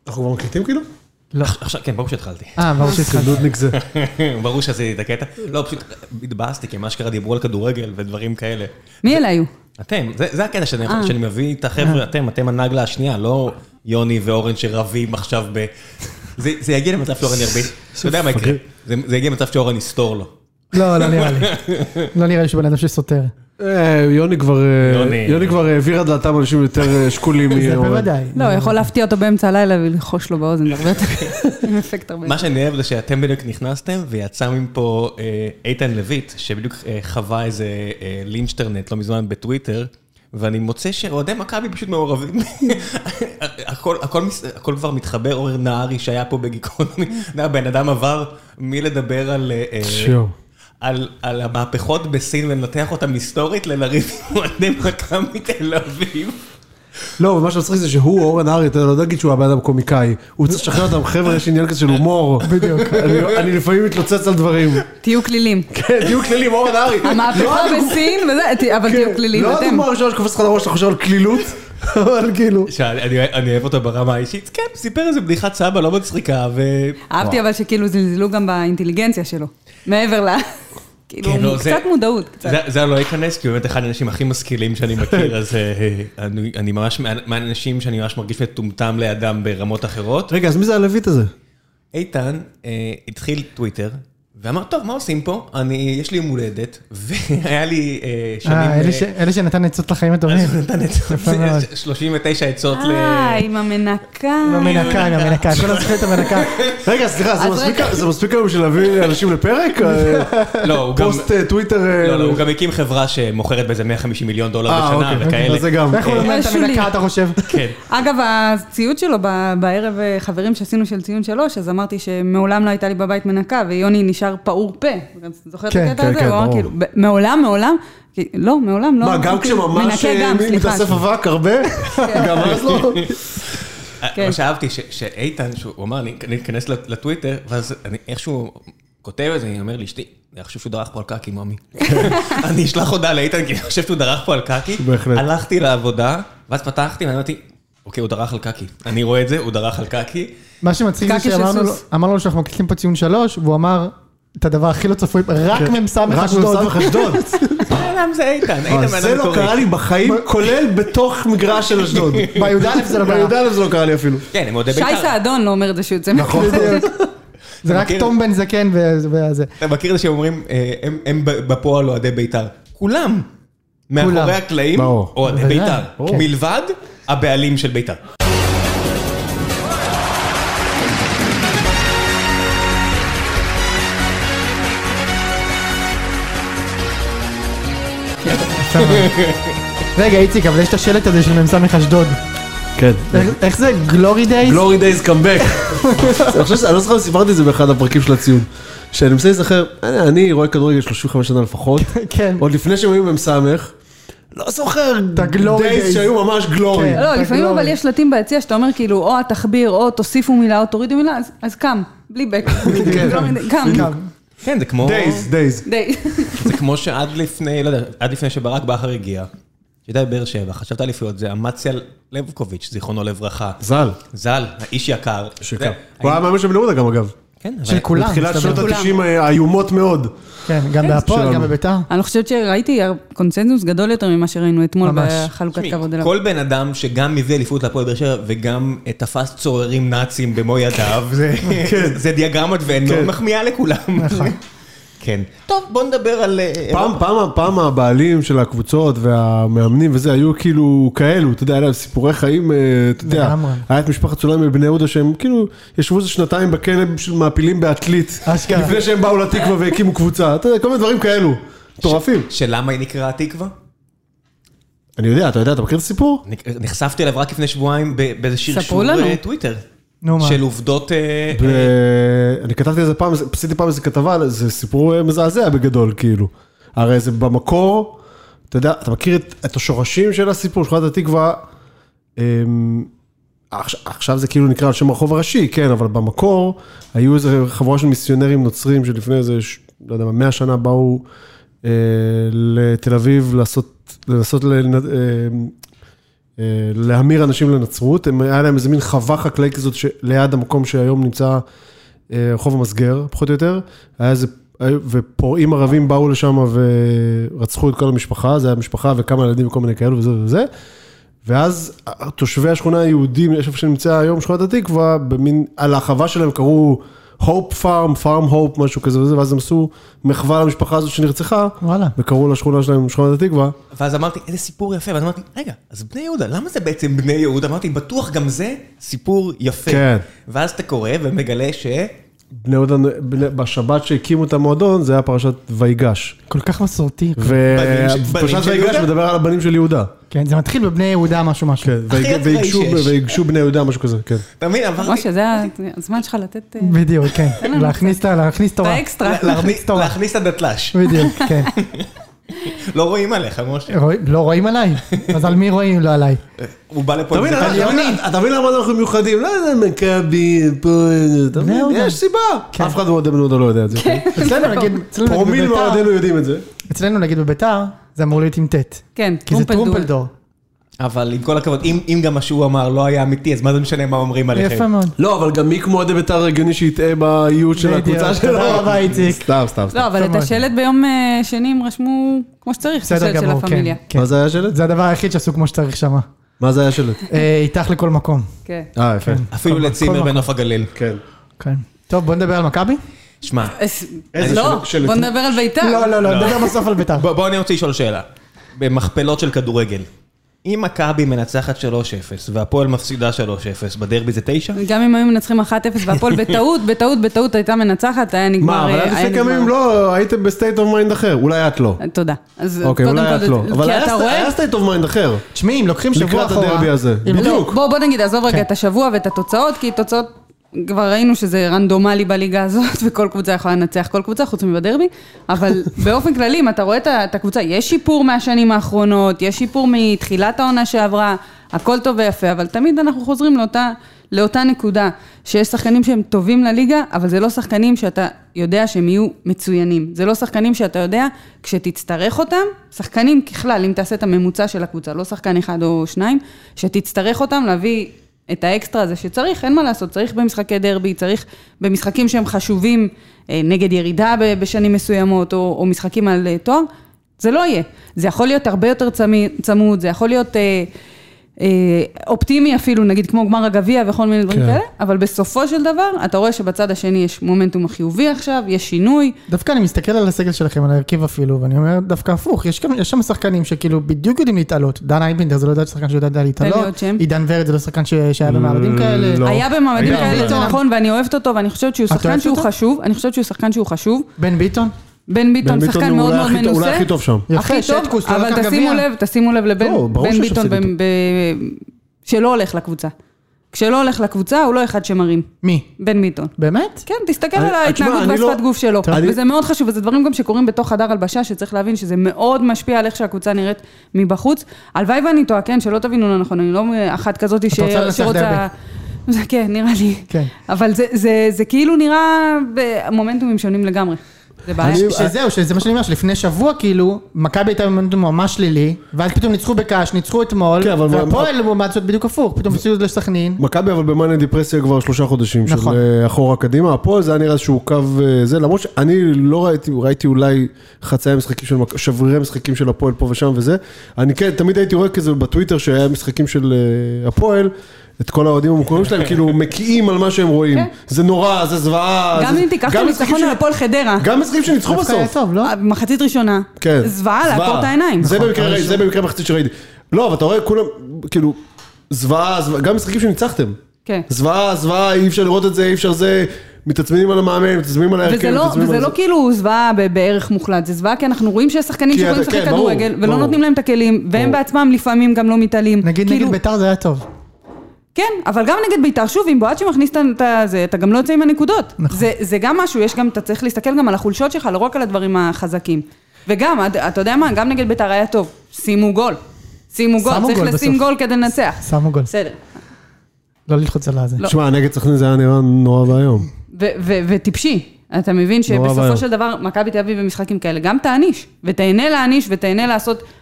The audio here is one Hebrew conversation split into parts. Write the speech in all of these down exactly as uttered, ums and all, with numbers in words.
אנחנו כבר מקליטים כאילו? לא. עכשיו, כן, ברור שהתחלתי. אה, ברור שהתחלתי. נודניק זה. ברור שזה את הקטע. לא, פשוט התבאסתי, כי מה שקרה דיברו על כדורגל ודברים כאלה. מי אלה היו? אתם, זה הקטע שאני מביא את החבר'ה, אתם, אתם הנגלה השנייה, לא יוני ואורן שרבים עכשיו ב... זה יגיע למצב שאורן ירביץ. אתה יודע מה יקרה? זה יגיע למצב שאורן יסתור לו. לא, לא נראה לי. לא נראה לי שבן אדם שסותר. יוני כבר יוני כבר העביר עד דעתם אנשים יותר שקולים. זה בוודאי. לא, יכול להפתיע אותו באמצע הלילה ולחוש לו באוזן. עם אפקט הרבה. מה שאני אוהב זה שאתם בדיוק נכנסתם ויצא מפה איתן לויט, שבדיוק חווה איזה לינצ'טרנט לא מזמן בטוויטר, ואני מוצא שאוהדי מכבי פשוט מעורבים. הכל כבר מתחבר, אורן נהרי שהיה פה בגיקונומי. בן אדם עבר מי לדבר על... על, על המהפכות בסין ולנתח אותם היסטורית ללריב עם אוהדי מכבי תל אביב. לא, ומה שמצחיק זה שהוא, אורן נהרי, אתה לא תגיד שהוא הבן אדם קומיקאי. הוא צריך לשחרר אותם, חבר'ה, יש עניין כזה של הומור. בדיוק. אני לפעמים מתלוצץ על דברים. תהיו כלילים. כן, תהיו כלילים, אורן נהרי. המהפכה בסין, אבל תהיו כלילים. לא הדוגמה הראשונה שקופץ לך לראש, אתה חושב על כלילות, אבל כאילו. אני אוהב אותו ברמה האישית. כן, סיפר איזה בדיחת סבא, לא מצחיקה. אהבתי אבל שכאילו זלזלו גם באינטליגנציה שלו. מעבר לה. כאילו, קצת מודעות. זה לא ייכנס, כי באמת אחד האנשים הכי משכילים שאני מכיר, אז אני ממש, מהאנשים שאני ממש מרגיש מטומטם לידם ברמות אחרות. רגע, אז מי זה הלווית הזה? איתן התחיל טוויטר, ואמר, טוב, מה עושים פה? אני, יש לי יום הולדת, והיה לי שנים... אה, אלה שנתן עצות לחיים הטובים. נתן עצות, שלושים ותשע עצות ל... אה, עם המנקה. עם המנקה, עם המנקה, כל הזכת את המנקה. רגע, סליחה, זה מספיק היום של להביא אנשים לפרק? לא, הוא גם... פוסט טוויטר... לא, לא, הוא גם הקים חברה שמוכרת באיזה מאה וחמישים מיליון דולר בשנה, וכאלה. זה גם. איך הוא לומד את המנקה, אתה חושב? כן. אגב, הציוד שלו בערב חברים שעשינו של ציון שלוש, אז אמרתי שמעולם לא הייתה לי בבית מנקה, ויוני נשאר פעור פה. זוכר את הקטע הזה? הוא אמר כאילו, מעולם, מעולם, לא, מעולם לא. מה, גם כשממש מתאסף אבק הרבה? גם אז לא? מה שאהבתי, שאיתן, הוא אמר, אני אכנס לטוויטר, ואז איכשהו כותב את זה, אני אומר לאשתי, אני חושב שהוא דרך פה על קקי, ממי. אני אשלח הודעה לאיתן, כי אני חושב שהוא דרך פה על קקי. הלכתי לעבודה, ואז פתחתי, ואני אמרתי, אוקיי, הוא דרך על קקי. אני רואה את זה, הוא דרך על קקי. מה שמצחיק זה שאמרנו לו שאנחנו מקליטים פה ציון שלוש, והוא אמר את הדבר הכי לא צפוי, רק ממסמך אשדוד. רק ממסמך אשדוד. זה איתן, זה לא קרה לי בחיים, כולל בתוך מגרש של אשדוד. בי"א זה לא קרה. בי"א זה לא קרה לי אפילו. כן, הם אוהדי בית"ר. שי סעדון לא אומר את זה שהוא יוצא נכון. זה רק תום בן זקן וזה. אתה מכיר את זה שאומרים, הם בפועל אוהדי בית"ר. כולם, מאחורי הקלעים, אוהדי בית"ר. מלבד הבעלים של בית"ר. רגע, איציק, אבל יש את השלט הזה של ממסמך אשדוד. כן. איך זה? גלורי דייז? גלורי דייז קאמבק. אני לא זוכר, סיפרתי את זה באחד הפרקים של הציון. שאני מנסה להיזכר, אני רואה כדורגל שלושים וחמש שנה לפחות. כן. עוד לפני שהם היו ממסמך. לא זוכר דייז שהיו ממש גלורי. לא, לפעמים אבל יש שלטים ביציע שאתה אומר כאילו, או התחביר, או תוסיפו מילה, או תורידו מילה, אז קם, בלי בק. קם. כן, זה כמו... דייז, דייז. זה כמו שעד לפני, לא יודע, עד לפני שברק בכר הגיע, שידע באר שבע, חשבת אליפויות, זה אמציה לבקוביץ', זיכרונו לברכה. זל. זל, האיש יקר. שקר. הוא היה מאמן של בני יהודה גם אגב. כן. של כולם. בתחילת שנות ה-תשעים האיומות מאוד. כן, גם בהפועל, גם בבית"ר. אני חושבת שראיתי קונצנזוס גדול יותר ממה שראינו אתמול בחלוקת כבוד אליו. כל בן אדם שגם מביא אליפות להפועל באר שבע וגם תפס צוררים נאצים במו ידיו, זה דיאגרמות ואין מחמיאה לכולם. נכון. כן. טוב, בוא נדבר על... פעם, פעם, פעם הבעלים של הקבוצות והמאמנים וזה היו כאילו כאלו, אתה יודע, היה להם סיפורי חיים, אתה יודע, היה את משפחת סולם מבני יהודה שהם כאילו ישבו איזה שנתיים בכלא של מעפילים בעתלית, לפני שהם באו לתקווה והקימו קבוצה, אתה יודע, כל מיני דברים כאלו, מטורפים. שלמה היא נקראה תקווה? אני יודע, אתה יודע, אתה מכיר את הסיפור? נחשפתי אליו רק לפני שבועיים באיזה שרשור טוויטר. של עובדות... אני כתבתי איזה פעם, פסיתי פעם איזה כתבה, זה סיפור מזעזע בגדול, כאילו. הרי זה במקור, אתה יודע, אתה מכיר את השורשים של הסיפור, שכונת התקווה, עכשיו זה כאילו נקרא על שם הרחוב הראשי, כן, אבל במקור, היו איזה חבורה של מיסיונרים נוצרים, שלפני איזה, לא יודע, מאה שנה באו לתל אביב, לעשות, לעשות להמיר אנשים לנצרות, היה להם איזה מין חווה חקלאי כזאת ליד המקום שהיום נמצא רחוב המסגר, פחות או יותר, היה איזה, ופורעים ערבים באו לשם ורצחו את כל המשפחה, זה היה משפחה וכמה ילדים וכל מיני כאלו וזה וזה, ואז תושבי השכונה היהודים, יש איפה שנמצא היום שכונת התקווה, במין, על החווה שלהם קראו הופ פארם, פארם הופ, משהו כזה וזה, ואז הם עשו מחווה למשפחה הזאת שנרצחה, וקראו לשכונה שלהם שכונת התקווה. ואז אמרתי, איזה סיפור יפה, ואז אמרתי, רגע, אז בני יהודה, למה זה בעצם בני יהודה? אמרתי, בטוח גם זה סיפור יפה. כן. ואז אתה קורא ומגלה ש... בני יהודה, בשבת שהקימו את המועדון, זה היה פרשת ויגש. כל כך מסורתי. ופרשת ויגש מדבר על הבנים של יהודה. כן, זה מתחיל בבני יהודה משהו משהו. כן, ויגשו בני יהודה משהו כזה, כן. אתה מבין, עברתי... משה, זה הזמן שלך לתת... בדיוק, כן. להכניס תורה. באקסטרה. להכניס את הדתל"ש. בדיוק, כן. לא רואים עליך, משה. לא רואים עליי. אז על מי רואים? לא עליי. הוא בא לפה... אתה מבין למה אנחנו מיוחדים? לא יודע, מכבי, פה... יש סיבה. אף אחד מאוהדי בני יהודה לא יודע את זה. אצלנו נגיד... פרומיל מאוהדינו יודעים את זה. אצלנו נגיד בביתר, זה אמור להיות עם טט. כן, כי זה טרומפלדור. אבל עם כל הכבוד, אם גם מה שהוא אמר לא היה אמיתי, אז מה זה משנה מה אומרים עליכם? יפה מאוד. לא, אבל גם מי כמו אוהדי בית"ר הגיוני שיטעה באיות של הקבוצה שלו. תודה רבה, איציק. סתם, סתם. לא, אבל את השלט ביום שני הם רשמו כמו שצריך, את השלט של הפמיליה. מה זה היה שלט? זה הדבר היחיד שעשו כמו שצריך שם. מה זה היה שלט? איתך לכל מקום. כן. אה, יפה. אפילו לצימר בנוף הגליל. כן. כן. טוב, בוא נדבר על מכבי. שמע. לא, בוא נדבר על בית"ר. לא, לא, לא, נדבר בסוף על בית"ר. בוא אני רוצה לשאול שאלה. במכפלות של כדורגל. אם מכבי מנצחת שלוש אפס והפועל מפסידה שלוש אפס, בדרבי זה תשע? גם אם היו מנצחים אחת אפס והפועל בטעות, בטעות, בטעות הייתה מנצחת, היה נגמר. מה, אבל עד לפני כמה ימים לא, הייתם בסטייט אוף מיינד אחר, אולי את לא. תודה. אוקיי, אולי את לא. אבל היה סטייט אוף מיינד אחר. תשמעי, אם לוקחים שבוע אחורה. לקראת הדרבי הזה. בדיוק. בוא נגיד, עזוב רגע את השבוע ואת התוצאות, כי תוצאות כבר ראינו שזה רנדומלי בליגה הזאת, וכל קבוצה יכולה לנצח כל קבוצה, חוץ מבדרבי, אבל באופן כללי, אם אתה רואה את הקבוצה, יש שיפור מהשנים האחרונות, יש שיפור מתחילת העונה שעברה, הכל טוב ויפה, אבל תמיד אנחנו חוזרים לאותה, לאותה נקודה, שיש שחקנים שהם טובים לליגה, אבל זה לא שחקנים שאתה יודע שהם יהיו מצוינים. זה לא שחקנים שאתה יודע, כשתצטרך אותם, שחקנים ככלל, אם תעשה את הממוצע של הקבוצה, לא שחקן אחד או שניים, שתצטרך אותם להביא את האקסטרה הזה שצריך, אין מה לעשות, צריך במשחקי דרבי, צריך במשחקים שהם חשובים נגד ירידה בשנים מסוימות, או, או משחקים על תואר, זה לא יהיה. זה יכול להיות הרבה יותר צמוד, זה יכול להיות אה, אה, אופטימי אפילו, נגיד כמו גמר הגביע וכל מיני דברים כאלה, אבל בסופו של דבר, אתה רואה שבצד השני יש מומנטום חיובי עכשיו, יש שינוי. דווקא אני מסתכל על הסגל שלכם, על ההרכב אפילו, ואני אומר דווקא הפוך, יש, יש שם שחקנים שכאילו בדיוק יודעים להתעלות. דן איינבינדר זה לא יודע שחקן שיודע להתעלות, עידן ורד זה לא שחקן שהיה במעמדים כאלה. לא. היה במעמדים כאלה, זה נכון, ואני אוהבת אותו, ואני חושבת שהוא שחקן שהוא חשוב, אני חושבת שהוא שחקן שהוא חשוב. בן ביטון? בן ביטון שחקן מאוד מאוד מנוסה. אולי הכי טוב שם. הכי טוב, אבל תשימו לב, תשימו לב לבן ביטון שלא הולך לקבוצה. כשלא הולך לקבוצה, הוא לא אחד שמרים. מי? בן ביטון. באמת? כן, תסתכל על ההתנהגות והשפת גוף שלו. וזה מאוד חשוב, וזה דברים גם שקורים בתוך חדר הלבשה, שצריך להבין שזה מאוד משפיע על איך שהקבוצה נראית מבחוץ. הלוואי ואני טועה, כן, שלא תבינו לא נכון, אני לא אחת כזאת שרוצה... זה כן, נראה לי. אבל זה כאילו נראה במומנטומים שונים לגמרי. שזהו, שזה מה שאני אומר, שלפני שבוע כאילו, מכבי הייתה במומנטום ממש שלילי, ואז פתאום ניצחו בקש, ניצחו אתמול, והפועל לעומת זאת בדיוק הפוך, פתאום הפסידו לסכנין. מכבי אבל במאניה דיפרסיה כבר שלושה חודשים של אחורה קדימה, הפועל זה היה נראה שהוא קו זה, למרות שאני לא ראיתי, ראיתי אולי חצאי משחקים של, שברירי משחקים של הפועל פה ושם וזה, אני כן, תמיד הייתי רואה כזה בטוויטר שהיה משחקים של הפועל, את כל האוהדים המקוריים שלהם, כאילו מקיאים על מה שהם רואים. זה נורא, זה זוועה. גם אם תיקח את הניצחון על הפועל חדרה. גם משחקים שניצחו בסוף. מחצית ראשונה. זוועה, לעקור את העיניים. זה במקרה מחצית שראיתי. לא, אבל אתה רואה כולם, כאילו, זוועה, גם משחקים שניצחתם. זוועה, זוועה, אי אפשר לראות את זה, אי אפשר זה, מתעצמנים על המאמן, מתעצמנים על ההרכב. וזה לא כאילו זוועה בערך מוחלט, זה זוועה כי אנחנו רואים שיש שחקנים שיכולים לשחק כדורגל, ולא נותנים להם את הכלים, והם בעצמם לפעמים גם לא מתעלים. נגיד נגד בית"ר זה היה טוב. כן, אבל גם נגד בית"ר, שוב, אם בועט שמכניס את זה, אתה גם לא יוצא עם הנקודות. זה, זה גם משהו, יש גם, אתה צריך להסתכל גם על החולשות שלך, לא רק על הדברים החזקים. וגם, אתה יודע מה, גם נגד בית"ר היה טוב, שימו גול. שימו גול, צריך לשים גול כדי לנצח. שמו גול. בסדר. לא ללחוץ על הזה. תשמע, נגד סכנין זה היה נראה נורא והיום. וטיפשי. אתה מבין שבסופו של דבר, מכבי תל אביב במשחקים כאלה, גם תעניש, ותהנה להעניש, ותהנה לעשות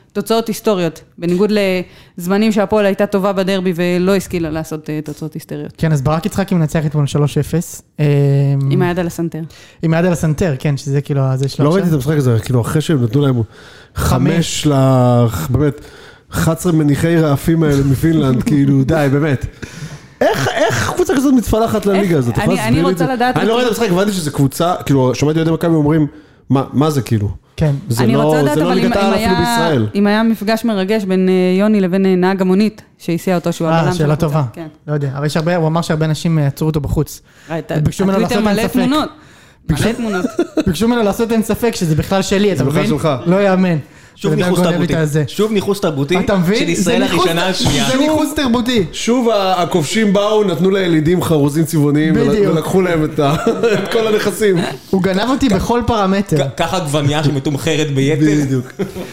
תוצאות היסטוריות, בניגוד לזמנים שהפועל הייתה טובה בדרבי ולא השכילה לעשות תוצאות היסטוריות. כן, אז ברק יצחקי מנצח אתמול שלוש אפס. עם היד על הסנטר. עם היד על הסנטר, כן, שזה כאילו, זה שלוש. לא ראיתי את המשחק הזה, כאילו אחרי שהם נתנו להם חמש, באמת, אחת עשרה מניחי רעפים האלה מפינלנד, כאילו, די, באמת. איך קבוצה כזאת מתפלחת לליגה הזאת? אני רוצה לדעת... אני לא ראיתי את המשחק, הבנתי שזה קבוצה, כאילו, שמעתי יודעים מכבי אומרים, מה זה כאילו? כן. אני רוצה לדעת, אבל אם היה מפגש מרגש בין יוני לבין נהג המונית, שהסיע אותו שהוא הבלם של הקבוצה. שאלה טובה. לא יודע, אבל הוא אמר שהרבה אנשים עצרו אותו בחוץ. הטוויטר מלא תמונות. מלא תמונות. ביקשו ממנו לעשות אין ספק שזה בכלל שלי, אתה מבין? לא יאמן. שוב ניחוס תרבותי, שוב ניחוס תרבותי של ישראל הראשונה השנייה. זה ניחוס תרבותי. שוב הכובשים באו, נתנו לילידים חרוזים צבעוניים, ולקחו להם את כל הנכסים. הוא גנב אותי בכל פרמטר. ככה גווניה שמתומחרת ביתר. בדיוק.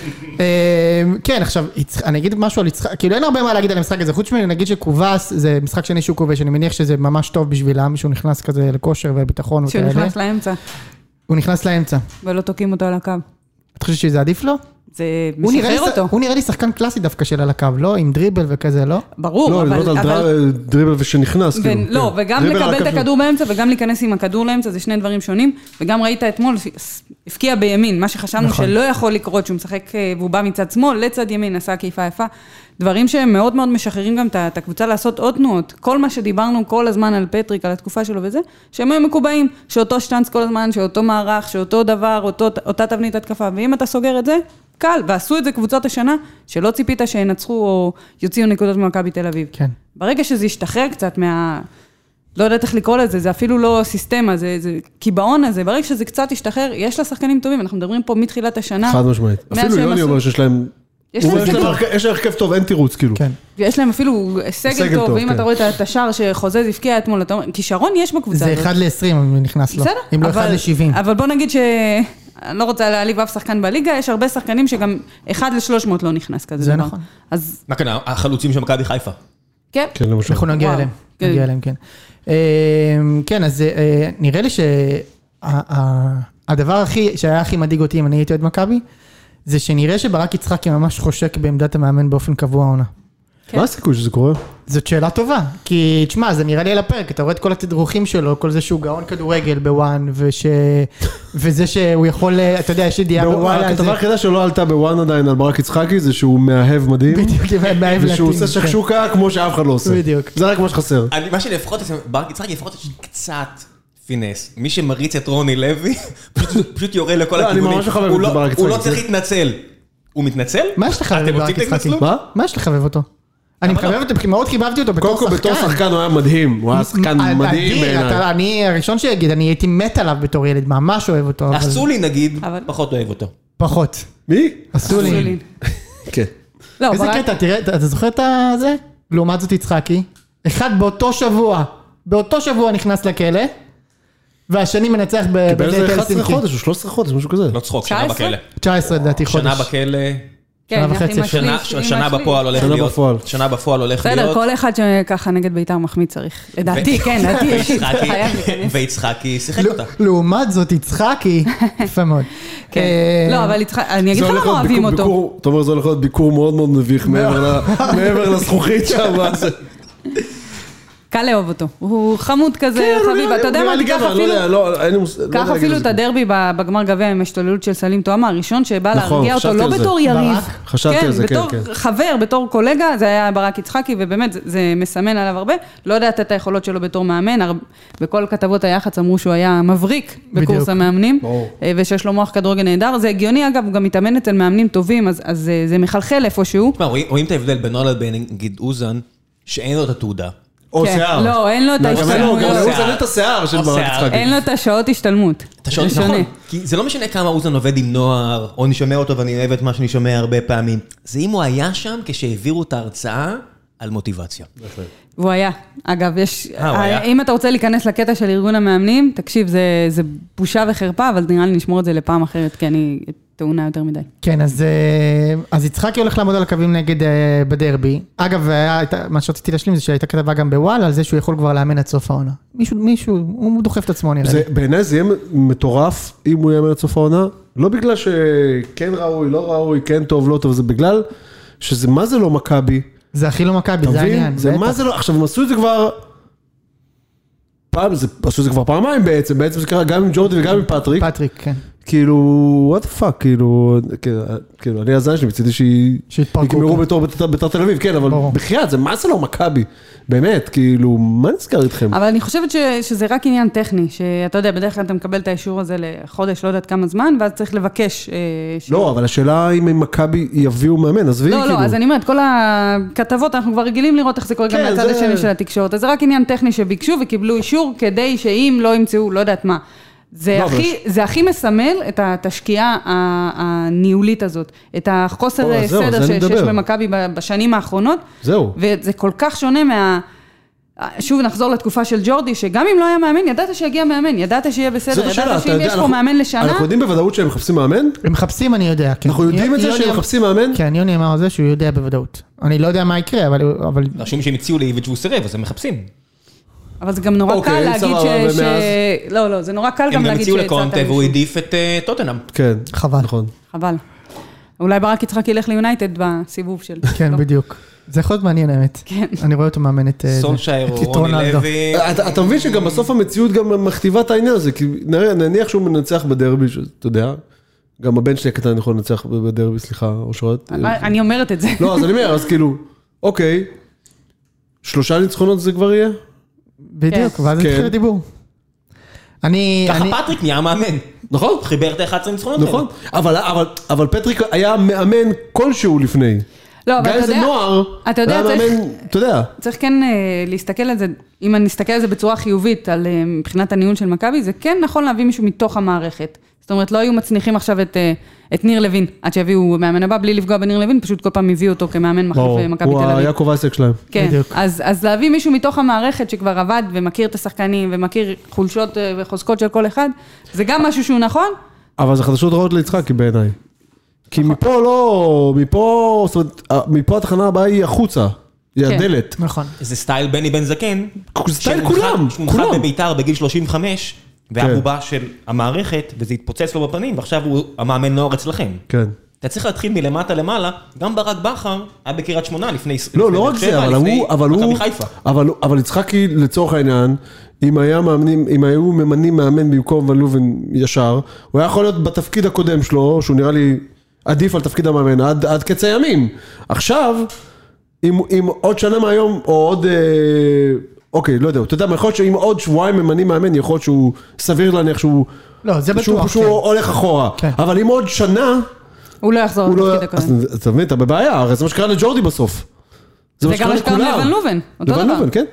כן, עכשיו, אני אגיד משהו על יצחק, כאילו אין הרבה מה להגיד על המשחק הזה, חוץ ממני נגיד שקובס, זה משחק שני שהוא כובש, אני מניח שזה ממש טוב בשבילם, מישהו נכנס כזה לכושר וביטחון. שהוא נכנס לאמצע. הוא נכנס לאמצע. ולא תוקעים אותו על הקו. את חושבת שזה עדיף לו? זה משחרר אותו. הוא נראה לי שחקן קלאסי דווקא של על הקו, לא? עם דריבל וכזה, לא? ברור, אבל... לא, לדעת על דריבל ושנכנס, כאילו. לא, וגם לקבל את הכדור באמצע, וגם להיכנס עם הכדור לאמצע, זה שני דברים שונים, וגם ראית אתמול, הפקיע בימין, מה שחשבנו שלא יכול לקרות, שהוא משחק והוא בא מצד שמאל, לצד ימין, עשה כיפה יפה, דברים שהם מאוד מאוד משחררים גם את הקבוצה לעשות עוד תנועות, כל מה שדיברנו כל הזמן על פטריק, על התקופה שלו וזה, שהם היו מקובעים, שאותו שטנץ כל הזמן, שאותו מערך, שאותו דבר, אותו, אותה תבנית התקפה, ואם אתה סוגר את זה, קל, ועשו את זה קבוצות השנה, שלא ציפית שינצחו או יוציאו נקודות ממכבי תל אביב. כן. ברגע שזה ישתחרר קצת מה... לא יודעת איך לקרוא לזה, זה אפילו לא סיסטמה, זה, זה קיבעון הזה, ברגע שזה קצת ישתחרר, יש לה שחקנים טובים, אנחנו מדברים פה מתחילת השנה. חד משמעית. אפילו יוני אומר שיש להם... יש להם הרכב טוב, אין תירוץ, כאילו. כן. ויש להם אפילו סגל טוב, ואם אתה רואה את השער שחוזז הפקיע אתמול, אתה אומר, כישרון יש בקבוצה הזאת. זה אחד ל-עשרים, אם נכנס לו. בסדר. אם לא אחד ל-שבעים. אבל בוא נגיד ש... אני לא רוצה להעליב אף שחקן בליגה, יש הרבה שחקנים שגם אחד ל-שלוש מאות לא נכנס כזה. זה נכון. מה כן, החלוצים של מכבי חיפה. כן. אנחנו נגיע אליהם. נגיע אליהם, כן. כן, אז נראה לי שהדבר שהיה הכי מדאיג אותי, אם אני הייתי עוד מכבי, זה שנראה שברק יצחקי ממש חושק בעמדת המאמן באופן קבוע עונה. מה הסיכוי שזה קורה? זאת שאלה טובה, כי תשמע, זה נראה לי על הפרק, אתה רואה את כל התדרוכים שלו, כל זה שהוא גאון כדורגל בוואן, וזה שהוא יכול, אתה יודע, יש ידיעה בוואן. הכתבה היחידה שלא עלתה בוואן עדיין על ברק יצחקי, זה שהוא מאהב מדהים. בדיוק, מאהב לטים. ושהוא עושה שקשוקה כמו שאף אחד לא עושה. בדיוק. זה רק מה שחסר. מה שלפחות, ברק יצחקי לפחות יש קצת פינס. מי שמריץ את רוני לוי, פשוט יורה לכל הכיוונים. הוא לא צריך להתנצל. הוא מתנצל? מה יש לך בברק יצחקי? מה יש לך אותו? אני מחבב אותו, מאוד חיבבתי אותו בתור שחקן. קודם כל בתור שחקן הוא היה מדהים, הוא היה שחקן מדהים בעיניי. אני הראשון שיגיד, אני הייתי מת עליו בתור ילד, ממש אוהב אותו. אסולי נגיד, פחות אוהב אותו. פחות. מי? אסולי. כן. איזה קטע, תראה, אתה זוכר את זה? לעומת זאת יצחקי. אחד באותו שבוע, באותו שבוע נכנס לכלא, והשני מנצח בבית אלסינקי. קיבל איזה אחד עשר חודש או שלוש עשרה חודש, משהו כזה. לא צחוק, שנה בכלא. תשע עשרה לדעתי חודש. שנה בכלא. שנה וחצי. שנה בפועל הולך להיות. שנה בפועל הולך להיות. בסדר, כל אחד שככה נגד בית"ר מחמיא צריך. לדעתי, כן, לדעתי. ויצחקי שיחק אותה. לעומת זאת, יצחקי, יפה מאוד. לא, אבל יצחקי, אני אגיד לך למה אוהבים אותו. אתה אומר, זה הולך להיות ביקור מאוד מאוד מביך מעבר לזכוכית שם. קל לאהוב אותו, הוא חמוד כזה, חביב, אתה יודע מה, קח אפילו את הדרבי בגמר גביע עם השתוללות של סלים תואמה, הראשון שבא להרגיע אותו, לא בתור יריב, חשבתי על זה, כן, כן. בתור חבר, בתור קולגה, זה היה ברק יצחקי, ובאמת זה מסמן עליו הרבה, לא יודעת את היכולות שלו בתור מאמן, בכל כתבות היח"צ אמרו שהוא היה מבריק בקורס המאמנים, ושיש לו מוח כדורגל נהדר, זה הגיוני אגב, הוא גם מתאמן אצל מאמנים טובים, אז זה מחלחל איפשהו. רואים את ההבדל בין נולד נגיד אוזן, שאין לו את התעודה. או שיער. לא, אין לו את ההשתלמות. הוא זמן את השיער של ברק יצחקי. אין לו את השעות השתלמות. זה שונה. כי זה לא משנה כמה אוזן עובד עם נוער, או אני שומע אותו ואני אוהב את מה שאני שומע הרבה פעמים. זה אם הוא היה שם כשהעבירו את ההרצאה על מוטיבציה. והוא היה. אגב, יש... אם אתה רוצה להיכנס לקטע של ארגון המאמנים, תקשיב, זה בושה וחרפה, אבל נראה לי נשמור את זה לפעם אחרת, כי אני... טעונה יותר מדי. כן, אז יצחקי הולך לעמוד על הקווים נגד בדרבי. אגב, מה שרציתי להשלים זה שהייתה כתבה גם בוואל על זה שהוא יכול כבר לאמן עד סוף העונה. מישהו, מישהו, הוא דוחף את עצמו נראה לי. בעיניי זה יהיה מטורף אם הוא יאמן עד סוף העונה, לא בגלל שכן ראוי, לא ראוי, כן טוב, לא טוב, זה בגלל שזה מה זה לא מכבי. זה הכי לא מכבי, זה העניין. זה מה זה לא, עכשיו הם עשו את זה כבר, פעם, זה, עשו את זה כבר פעמיים בעצם, בעצם זה קרה גם עם ג'ורדי וגם עם פטריק. פטריק, כן. כאילו, what the fuck, כאילו, כאילו, אני הזן שלי, מצידי שיגמרו בתור בית"ר תל אביב, כן, אבל בחייאת, זה מה זה לא מכבי, באמת, כאילו, מה נסגר איתכם? אבל אני חושבת שזה רק עניין טכני, שאתה יודע, בדרך כלל אתה מקבל את האישור הזה לחודש, לא יודעת כמה זמן, ואז צריך לבקש. לא, אבל השאלה אם מכבי יביאו מאמן, עזבי, כאילו. לא, לא, אז אני אומרת, כל הכתבות, אנחנו כבר רגילים לראות איך זה קורה גם מהצד השני של התקשורת, אז זה רק עניין טכני שביקשו וקיבלו אישור, כדי שאם לא ימצאו, לא יודעת מה. זה הכי, זה הכי מסמל את התשקיעה הניהולית הזאת, את החוסר סדר שיש במכבי בשנים האחרונות. זהו. וזה כל כך שונה מה... שוב נחזור לתקופה של ג'ורדי, שגם אם לא היה מאמן, ידעת שיגיע מאמן, ידעת שיהיה בסדר, ידעת שאם יש פה מאמן לשנה... אנחנו יודעים בוודאות שהם מחפשים מאמן? הם מחפשים, אני יודע, כן. אנחנו יודעים את זה שהם מחפשים מאמן? כן, יוני אמר על זה שהוא יודע בוודאות. אני לא יודע מה יקרה, אבל... רשום שהם הציעו לאיביץ' והוא סירב, אז הם מחפשים. אבל זה גם נורא קל להגיד ש... לא, לא, זה נורא קל גם להגיד שהצעת... הם גם הציעו לקונטה והוא העדיף את טוטנהאם. כן, חבל. נכון. חבל. אולי ברק יצחק ילך ליונייטד בסיבוב של... כן, בדיוק. זה יכול להיות מעניין האמת. כן. אני רואה אותו מאמן את... סולשייר או רוני לוי. אתה מבין שגם בסוף המציאות גם מכתיבה את העניין הזה, כי נניח שהוא מנצח בדרבי, אתה יודע, גם הבן שלי הקטן יכול לנצח בדרבי, סליחה, אושרת. אני אומרת את זה. לא, אז אני אומר, אז כאילו, אוקיי, שלושה ניצחונות זה כבר יהיה? בדיוק, ואז התחיל הדיבור. ככה פטריק נהיה מאמן. נכון. חיבר את ה-אחד עשר ניצחונות. נכון. אבל פטריק היה מאמן כלשהו לפני. לא, אבל אתה יודע, נוער, אתה יודע, צריך, אתה יודע. צריך כן להסתכל על זה, אם אני אסתכל על זה בצורה חיובית, על מבחינת הניהול של מכבי, זה כן נכון להביא מישהו מתוך המערכת. זאת אומרת, לא היו מצניחים עכשיו את, את ניר לוין, עד שהביאו מאמן הבא, בלי לפגוע בניר לוין, פשוט כל פעם הביאו אותו כמאמן מחליף מכבי תל אביב. הוא היה קובייסק שלהם. כן, אז, אז להביא מישהו מתוך המערכת שכבר עבד ומכיר את השחקנים, ומכיר חולשות וחוזקות של כל אחד, זה גם משהו שהוא נכון. אבל זה חדשות רעות ליצחקי בעיניי. כי מפה לא, מפה, זאת אומרת, מפה התחנה הבאה היא החוצה, היא הדלת. נכון. זה סטייל בני בן זקן. סטייל כולם, שהוא נחת בביתר בגיל שלושים וחמש, והבובה של המערכת, וזה התפוצץ לו בפנים, ועכשיו הוא המאמן נוער אצלכם. כן. אתה צריך להתחיל מלמטה למעלה, גם ברק בכר היה בקריית שמונה לפני... לא, לא רק זה, אבל הוא, אבל הוא, אבל יצחקי לצורך העניין, אם היה מאמנים, אם היו ממנים מאמן במקום ון לובן ישר, הוא היה יכול להיות בתפקיד הקודם שלו, שהוא נראה לי עדיף על תפקיד המאמן, עד, עד קץ הימים. עכשיו, אם, אם עוד שנה מהיום, או עוד, אה, אוקיי, לא יודע, אתה יודע, יכול להיות שאם עוד שבועיים ממנים מאמן, יכול להיות שהוא סביר להניח שהוא, לא, זה בטוח, שהוא, שהוא כן. הולך אחורה. כן. אבל אם עוד שנה, הוא לא יחזור לתפקיד הקודם. אז אתה מבין, אתה בבעיה, הרי זה מה שקרה לג'ורדי בסוף. זה גם מה שקרה לבן לובן, אותו דבר. לבן לובן, כן.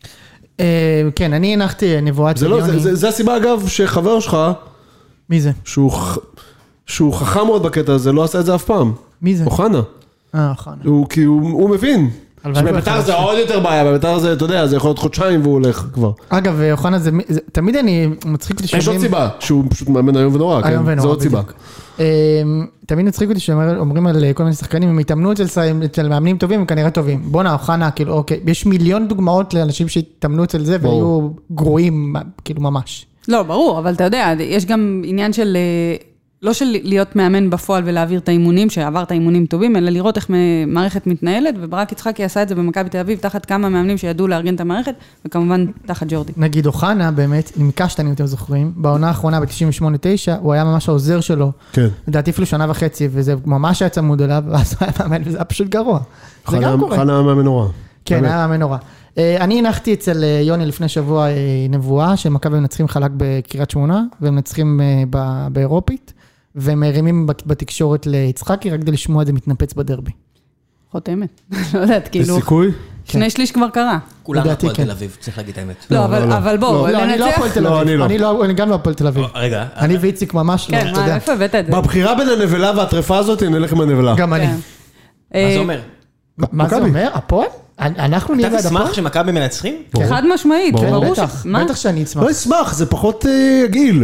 כן, אני הנחתי נבואת של יוני. זה הסיבה אגב שחבר שלך, מי זה? שהוא חכם מאוד בקטע הזה, לא עשה את זה אף פעם. מי זה? אוחנה. אה, אוחנה. כי הוא מבין. שבביתר זה עוד יותר בעיה, בביתר זה, אתה יודע, זה יכול להיות חודשיים והוא הולך כבר. אגב, אוחנה זה, תמיד אני מצחיק אותי שאומרים... יש עוד סיבה, שהוא פשוט מאמן היום ונורא, כן? זה עוד סיבה. תמיד מצחיק אותי שאומרים על כל מיני שחקנים, הם התאמנו אצל מאמנים טובים, הם כנראה טובים. בונה, אוחנה, כאילו, אוקיי, יש מיליון דוגמאות לאנשים שהתאמנו אצל זה, והיו גרועים, כאילו, ממש. לא, ברור, אבל אתה יודע, יש גם עניין של... לא של להיות מאמן בפועל ולהעביר את האימונים, שעבר את האימונים טובים, אלא לראות איך מערכת מתנהלת, וברק יצחקי עשה את זה במכבי תל אביב, תחת כמה מאמנים שידעו לארגן את המערכת, וכמובן תחת ג'ורדי. נגיד אוחנה, באמת, אם קשת, אני יותר זוכרים, בעונה האחרונה ב-תשעים ושמונה תשע, הוא היה ממש העוזר שלו, כן. לדעתי אפילו שנה וחצי, וזה ממש היה צמוד אליו, ואז הוא היה מאמן, וזה היה פשוט גרוע. זה גם קורה. חנה היה מאמן נורא. כן, היה מאמן נורא. אני הנחתי אצל יוני לפני שבוע נבואה, שמכבי מנצחים חלק בקריית שמונה, והם מנצחים באירופית. והם מרימים בתקשורת ליצחקי, רק כדי לשמוע את זה מתנפץ בדרבי. חותמת. לא יודעת, כאילו... בסיכוי? שני שליש כבר קרה. כולם הפועל תל אביב, צריך להגיד האמת. לא, אבל בואו, לא, אני לא הפועל תל אביב. אני גם לא הפועל תל אביב. רגע. אני ואיציק ממש לא, אתה יודע. כן, איפה הבאת את זה? בבחירה בין הנבלה והטרפה הזאת, נלך עם הנבלה. גם אני. מה זה אומר? מה זה אומר? הפועל? אנחנו נהיה בעד הפועל? אתה תשמח שמכבי מנצחים? חד משמעית, ברור ש... בטח שאני אשמח. לא אשמח, זה פחות יגיל.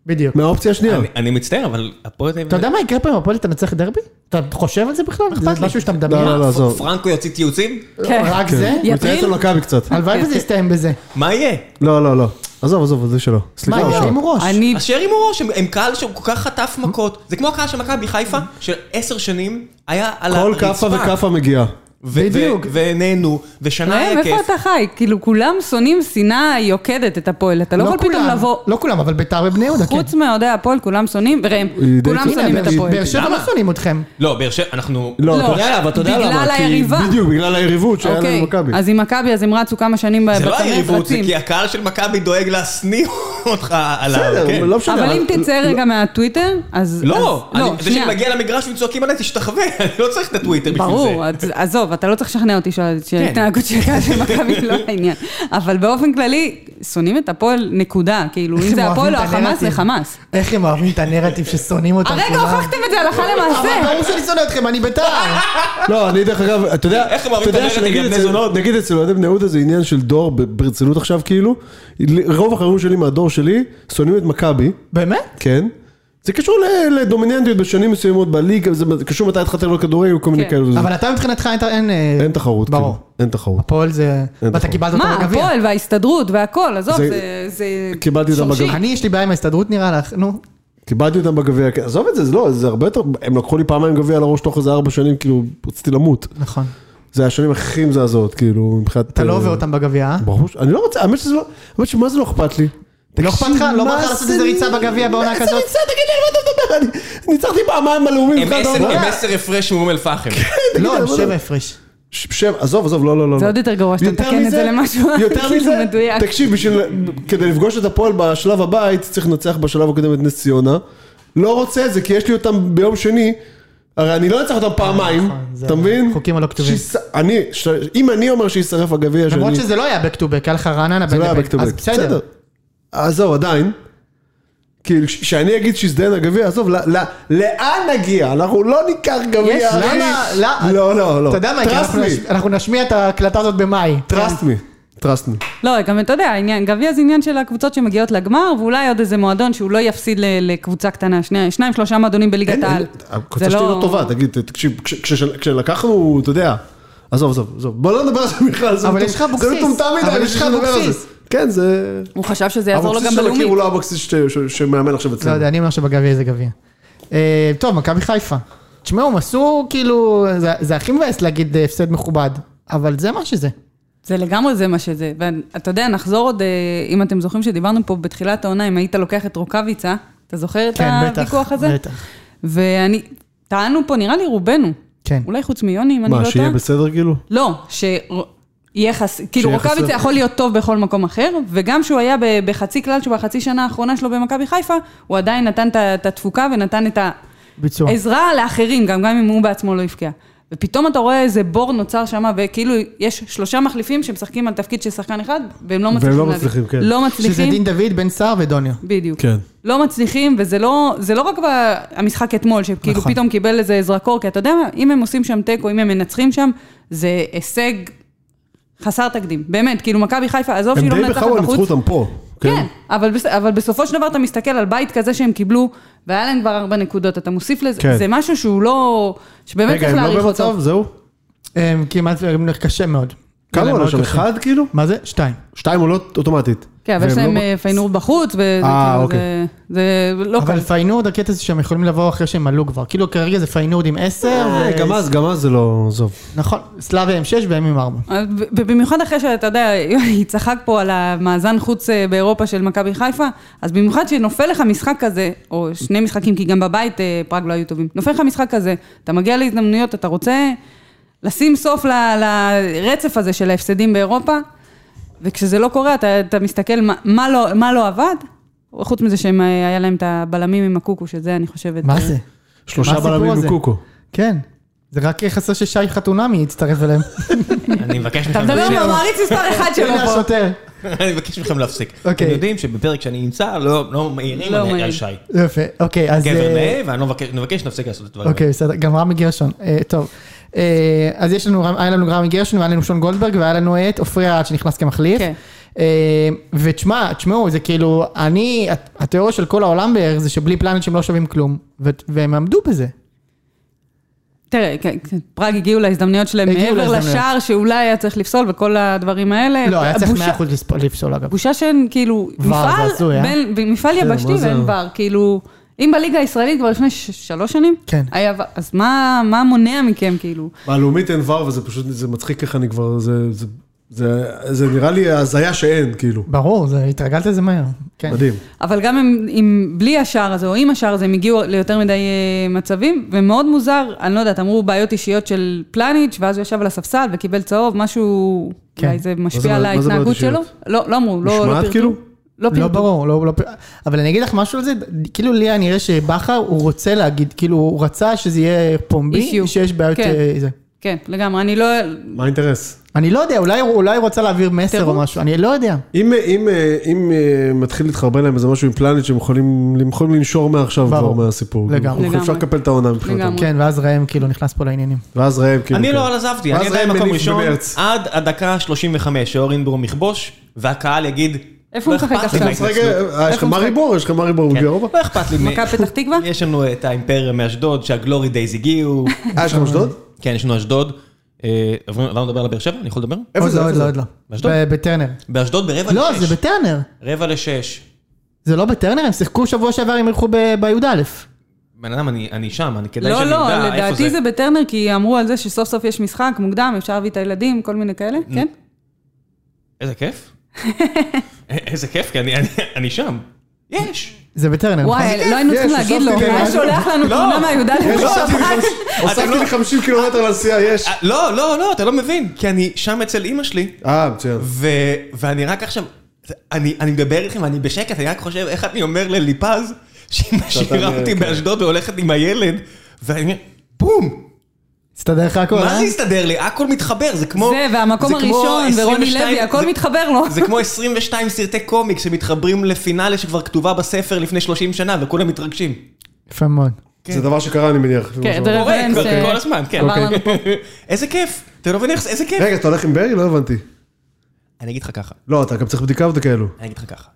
בדיוק. מהאופציה השנייה. אני מצטער, אבל הפועל... אתה יודע מה יקרה פה אם הפועל תנצח דרבי? אתה חושב על זה בכלל? זה משהו שאתה מדמיין? לא, לא, לא, פרנקו יוציא ציוצים? רק זה? מתייעץ על מכבי קצת. הלוואי וזה יסתיים בזה. מה יהיה? לא, לא, לא. עזוב, עזוב, זה שלא. מה, ירימו ראש? אז שירימו ראש, הם קהל שהוא כל כך חטף מכות. זה כמו הקהל של מכבי חיפה, של עשר שנים, היה על הרצפה. כל כפה וכפה מגיעה. בדיוק. ונהנו, ושנה היה כיף. איפה אתה חי? כאילו, כולם שונאים שנאה יוקדת את הפועל. אתה לא יכול פתאום לבוא... לא כולם, אבל בית"ר ובני יהודה, כן. חוץ מאוהדי הפועל, כולם שונאים, וראם, כולם שונאים את הפועל. באר שבע לא שונאים אתכם. לא, באר שבע, אנחנו... לא, אתה יודע, אבל אתה יודע למה. בגלל היריבה. בדיוק, בגלל היריבות שהיה לנו מכבי. אז עם מכבי, אז הם רצו כמה שנים בצמרת רצים. זה לא היריבות, זה כי הקהל של מכבי דואג להסניא אותך עליו, כן. אבל אם תצא רגע מהטוויטר, אז... לא, זה שאני מגיע למגרש וצועקים עליי, תשתחווה, אני לא צריך את הטוויטר בשביל זה. ברור, עזוב, אתה לא צריך לשכנע אותי שהתנהגות של הקהל של מכבי לא העניין. אבל באופן כללי, שונאים את הפועל נקודה, כאילו, אם זה הפועל או החמאס, זה חמאס. איך הם אוהבים את הנרטיב ששונאים אותם? הרגע הוכחתם את זה הלכה למעשה. אבל ברור שאני שונא אתכם, אני בית"ר. לא, אני דרך אגב, אתה יודע, איך הם אוהבים את הנרטיב לבני זונות? נגיד אצל אוהדי בני יהודה זה עניין של דור ברצינות עכשיו, כאילו, רוב החברים שלי מהדור שלי שונאים את מכבי. באמת? כן. זה קשור לדומיננטיות בשנים מסוימות בליגה, זה קשור מתי התחתן לו כדורי או כל מיני כאלו. אבל אתה מבחינתך אין... אין תחרות. ברור. אין תחרות. הפועל זה... ואתה קיבלת אותם מה, בגביע. הפועל וההסתדרות והכל, עזוב, זה... קיבלתי אותם בגביע. אני יש לי בעיה עם ההסתדרות נראה לך, נו. קיבלתי אותם בגביע, עזוב את זה, זה לא, זה הרבה יותר, הם לקחו לי פעמיים גביע על הראש תוך איזה ארבע שנים, כאילו, רציתי למות. נכון. זה השנים הכי מזעזעות, כאילו, מבחינת... אתה לא עובר אותם בגביע? ברור, אני לא רוצה, האמת שזה לא, האמת שמה זה לא אכפת לי? לא אכפת לך? לא בא לך לעשות איזה ריצה בגביע בעונה כזאת? איזה ריצה, תגיד לי, מה אתה מדבר? אני ניצחתי פעמיים בלאומיים. הם עשר הפרש מאום אל פחם. לא, הם שבע הפרש. שבע, עזוב, עזוב, לא, לא, לא. זה עוד יותר גרוע שאתה תקן את זה למשהו כאילו מדויק. תקשיב, כדי לפגוש את הפועל בשלב הבא, הייתי צריך לנצח בשלב הקודם את נס ציונה. לא רוצה את זה, כי יש לי אותם ביום שני, הרי אני לא נצח אותם פעמיים, אתה מבין? חוקים הלא כתובים. אם אני אומר שישרף הגביע שלי... למרות שזה לא היה back to back, היה לך רעננה בין לבק, אז בסדר. אז זהו, עדיין. כאילו, שאני אגיד שיזדיין הגביע, עזוב, לאן נגיע? אנחנו לא ניקח גביע. למה? לא, לא, לא. אתה יודע מה, אנחנו נשמיע את ההקלטה הזאת במאי. Trust me, trust me. לא, גם אתה יודע, גביע זה עניין של הקבוצות שמגיעות לגמר, ואולי עוד איזה מועדון שהוא לא יפסיד לקבוצה קטנה, שניים, שלושה מועדונים בליגת העל. הקבוצה שלי לא טובה, תגיד, תקשיב, כשלקחנו, אתה יודע, עזוב, עזוב, עזוב, בוא לא נדבר על זה בכלל, אבל יש לך בוקסיס. זה מטומטם מדי, אבל יש לך בוקסיס. כן, זה... הוא חשב שזה יעזור לו גם הבוקסיס בלאומית. שלו הוא לא הבוקסיס שמאמן עכשיו אצלנו. לא יודע, אני אומר שבגביע זה גביע. טוב, מכבי חיפה. תשמעו, הם עשו כאילו, זה הכי מבאס להגיד הפסד מכובד, אבל זה מה שזה. זה לגמרי זה מה שזה. ואתה יודע, נחזור עוד, אם אתם זוכרים שדיברנו פה בתחילת העונה, אם היית לוקח את רוקאביצה, אתה זוכר את הוויכוח הזה? כן, בטח. ואני, טענו פה, נראה לי רובנו. כן. אולי חוץ מיוני, אם אני לא טועה. מה, שיהיה בסדר כאילו? לא, שיהיה חס... כאילו רוקאביצה יכול להיות טוב בכל מקום אחר, וגם שהוא היה בחצי כלל, שבחצי שנה האחרונה שלו במכבי חיפה, הוא עדיין נתן את התפוקה ונתן את העזרה לאחרים, גם אם הוא בעצמו לא יפקע. ופתאום אתה רואה איזה בור נוצר שם, וכאילו יש שלושה מחליפים שמשחקים על תפקיד של שחקן אחד, והם לא מצליחים. והם לא מצליחים, כן. לא מצליחים. שזה דין דוד, בן סער ודוניו. בדיוק. כן. לא מצליחים, וזה לא, זה לא רק המשחק אתמול, שכאילו נכון. פתאום קיבל איזה זרקור, כי אתה יודע מה, אם הם עושים שם טקו, אם הם מנצחים שם, זה הישג חסר תקדים. באמת, כאילו מכבי חיפה, עזוב שהיא לא מנצחת בחוץ. הם די בחרו, ניצחו אותם פה. כן, אבל, אבל בסופו של דבר אתה מסתכל על בית כזה שהם קיבלו, והיה להם כבר ארבע נקודות, אתה מוסיף לזה, כן. זה משהו שהוא לא, שבאמת צריך להעריך אותו. רגע, הם לא במצב, זהו? הם כמעט, הם קשה מאוד. כמה עולה שם? אחד כאילו? מה זה? שתיים. שתיים עולות אוטומטית. כן, אבל יש להם פיינורד בחוץ, וזה לא קל. אבל פיינורד, הקטע זה שהם יכולים לבוא אחרי שהם עלו כבר. כאילו כרגע זה פיינורד עם עשר. גם אז, גם אז זה לא זוב. נכון, סלאביה עם שש והם עם ארבע. ובמיוחד אחרי שאתה יודע, יצחק פה על המאזן חוץ באירופה של מכבי חיפה, אז במיוחד שנופל לך משחק כזה, או שני משחקים, כי גם בבית פראג לא היו טובים, נופל לך משחק כזה, אתה מגיע להזדמנויות, אתה רוצה לשים סוף לרצף הזה של ההפסדים באירופה, וכשזה לא קורה, אתה, אתה מסתכל מה, מה, לא, מה לא עבד, חוץ מזה שהם היה להם את הבלמים עם הקוקו, שזה אני חושבת... מה זה? שלושה בלמים עם קוקו. כן. זה רק חסר ששי חתונמי יצטרף אליהם. אני מבקש מכם... אתה מדבר מהמעריץ מספר אחד שלו פה. השוטר. אני מבקש מכם להפסיק. אתם יודעים שבפרק שאני נמצא, לא מעירים על שי. יפה, אוקיי, אז... גבר נאה, ואני מבקש נפסיק לעשות את הדברים. אוקיי, בסדר, גם רמי גרשון. טוב. אז יש לנו, היה לנו רמי גרשון, והיה לנו שון גולדברג, והיה לנו את אופרי ארד שנכנס כמחליף. ותשמע, תשמעו, זה כאילו, אני, התיאוריה של כל העולם בערך זה שבלי פלנט שהם לא שווים כלום, והם עמדו בזה. תראה, פראג הגיעו להזדמנויות שלהם מעבר לשער שאולי היה צריך לפסול וכל הדברים האלה. לא, היה צריך מאה אחוז לפסול אגב. בושה שאין, כאילו, מפעל יבשתי ואין ור, כאילו, אם בליגה הישראלית כבר לפני שלוש שנים, אז מה מונע מכם, כאילו? בלאומית אין ור וזה פשוט, זה מצחיק איך אני כבר, זה... זה, זה נראה לי הזיה שאין, כאילו. ברור, זה, התרגלת לזה מהר. כן. מדהים. אבל גם אם, אם בלי השער הזה, או עם השער הזה, הם הגיעו ליותר מדי מצבים, ומאוד מוזר, אני לא יודעת, אמרו בעיות אישיות של פלניץ', ואז הוא ישב על הספסל וקיבל צהוב, משהו, כן. אולי זה משפיע על ההתנהגות שלו. לא, לא אמרו, לא, לא פרטו. כאילו? לא פרטו. לא ברור, לא, לא פרטו. אבל אני אגיד לך משהו על זה, כאילו לי נראה שבחר, הוא רוצה להגיד, כאילו הוא רצה שזה יהיה פומבי, שיש בעיות כן. זה. כן, לגמרי, אני לא... מה האינטרס? אני לא יודע, אולי, אולי רוצה להעביר מסר או משהו, אני לא יודע. אם, אם, אם מתחיל להתחרבן להם איזה משהו עם פלנט, שהם יכולים, יכולים לנשור מעכשיו כבר מהסיפור. לגמרי. אפשר לקפל את העונה מבחינתם. כן, ואז ראם כאילו נכנס פה לעניינים. ואז ראם כאילו... אני לא עזבתי, אני עדיין מקום ראשון, עד הדקה שלושים וחמש, שאורין ברום יכבוש, והקהל יגיד... איפה הוא משחק עכשיו? יש לך מה ריבור? יש לך מה ריבור באירופה? לא אכפת לי. מכבי פתח תקווה? יש לנו את האימפריה מאשדוד, שהגלורי דייז הגיעו. אה, יש לך אשדוד? כן, יש לנו אשדוד. עברנו לדבר על באר שבע? אני יכול לדבר? איפה זה? עוד לא, עוד לא. באשדוד? בטרנר. באשדוד ברבע לשש. לא, זה בטרנר. רבע לשש. זה לא בטרנר? הם שיחקו שבוע שעבר, הם ילכו בי"א. בן אדם, אני שם, אני כדאי שאני יודע איפה זה. לא, לא, לדעתי זה בטרנר, כי אמרו על זה שסוף סוף יש משחק מוקדם, אפשר להביא את הילדים, כל מיני כאלה, כן? איזה כיף. איזה כיף, כי אני שם. יש. זה בטרנר. וואי, לא היינו צריכים להגיד לו, הוא היה שולח לנו תמונה מהי"א. הוספתי לי חמישים קילומטר לנסיעה, יש. לא, לא, לא, אתה לא מבין, כי אני שם אצל אמא שלי. אה, מצוין. ואני רק עכשיו, אני מדבר איתכם, אני בשקט, אני רק חושב איך אני אומר לליפז, שהיא משאירה אותי באשדוד והולכת עם הילד, ואני אומר, בום. הסתדר לך הכל, אה? מה זה הסתדר לי? הכל מתחבר, זה כמו... זה, והמקום הראשון, ורוני לוי, הכל מתחבר לו. זה כמו עשרים ושתיים סרטי קומיקס שמתחברים לפינאלה שכבר כתובה בספר לפני שלושים שנה, וכולם מתרגשים. יפה מאוד. זה דבר שקרה, אני מניח. כן, זה רבנס. כל הזמן, כן. איזה כיף. אתה לא מניח, איזה כיף. רגע, אתה הולך עם ברי? לא הבנתי. אני אגיד לך ככה. לא, אתה גם צריך בדיקה וזה כאלו. אני אגיד לך ככה.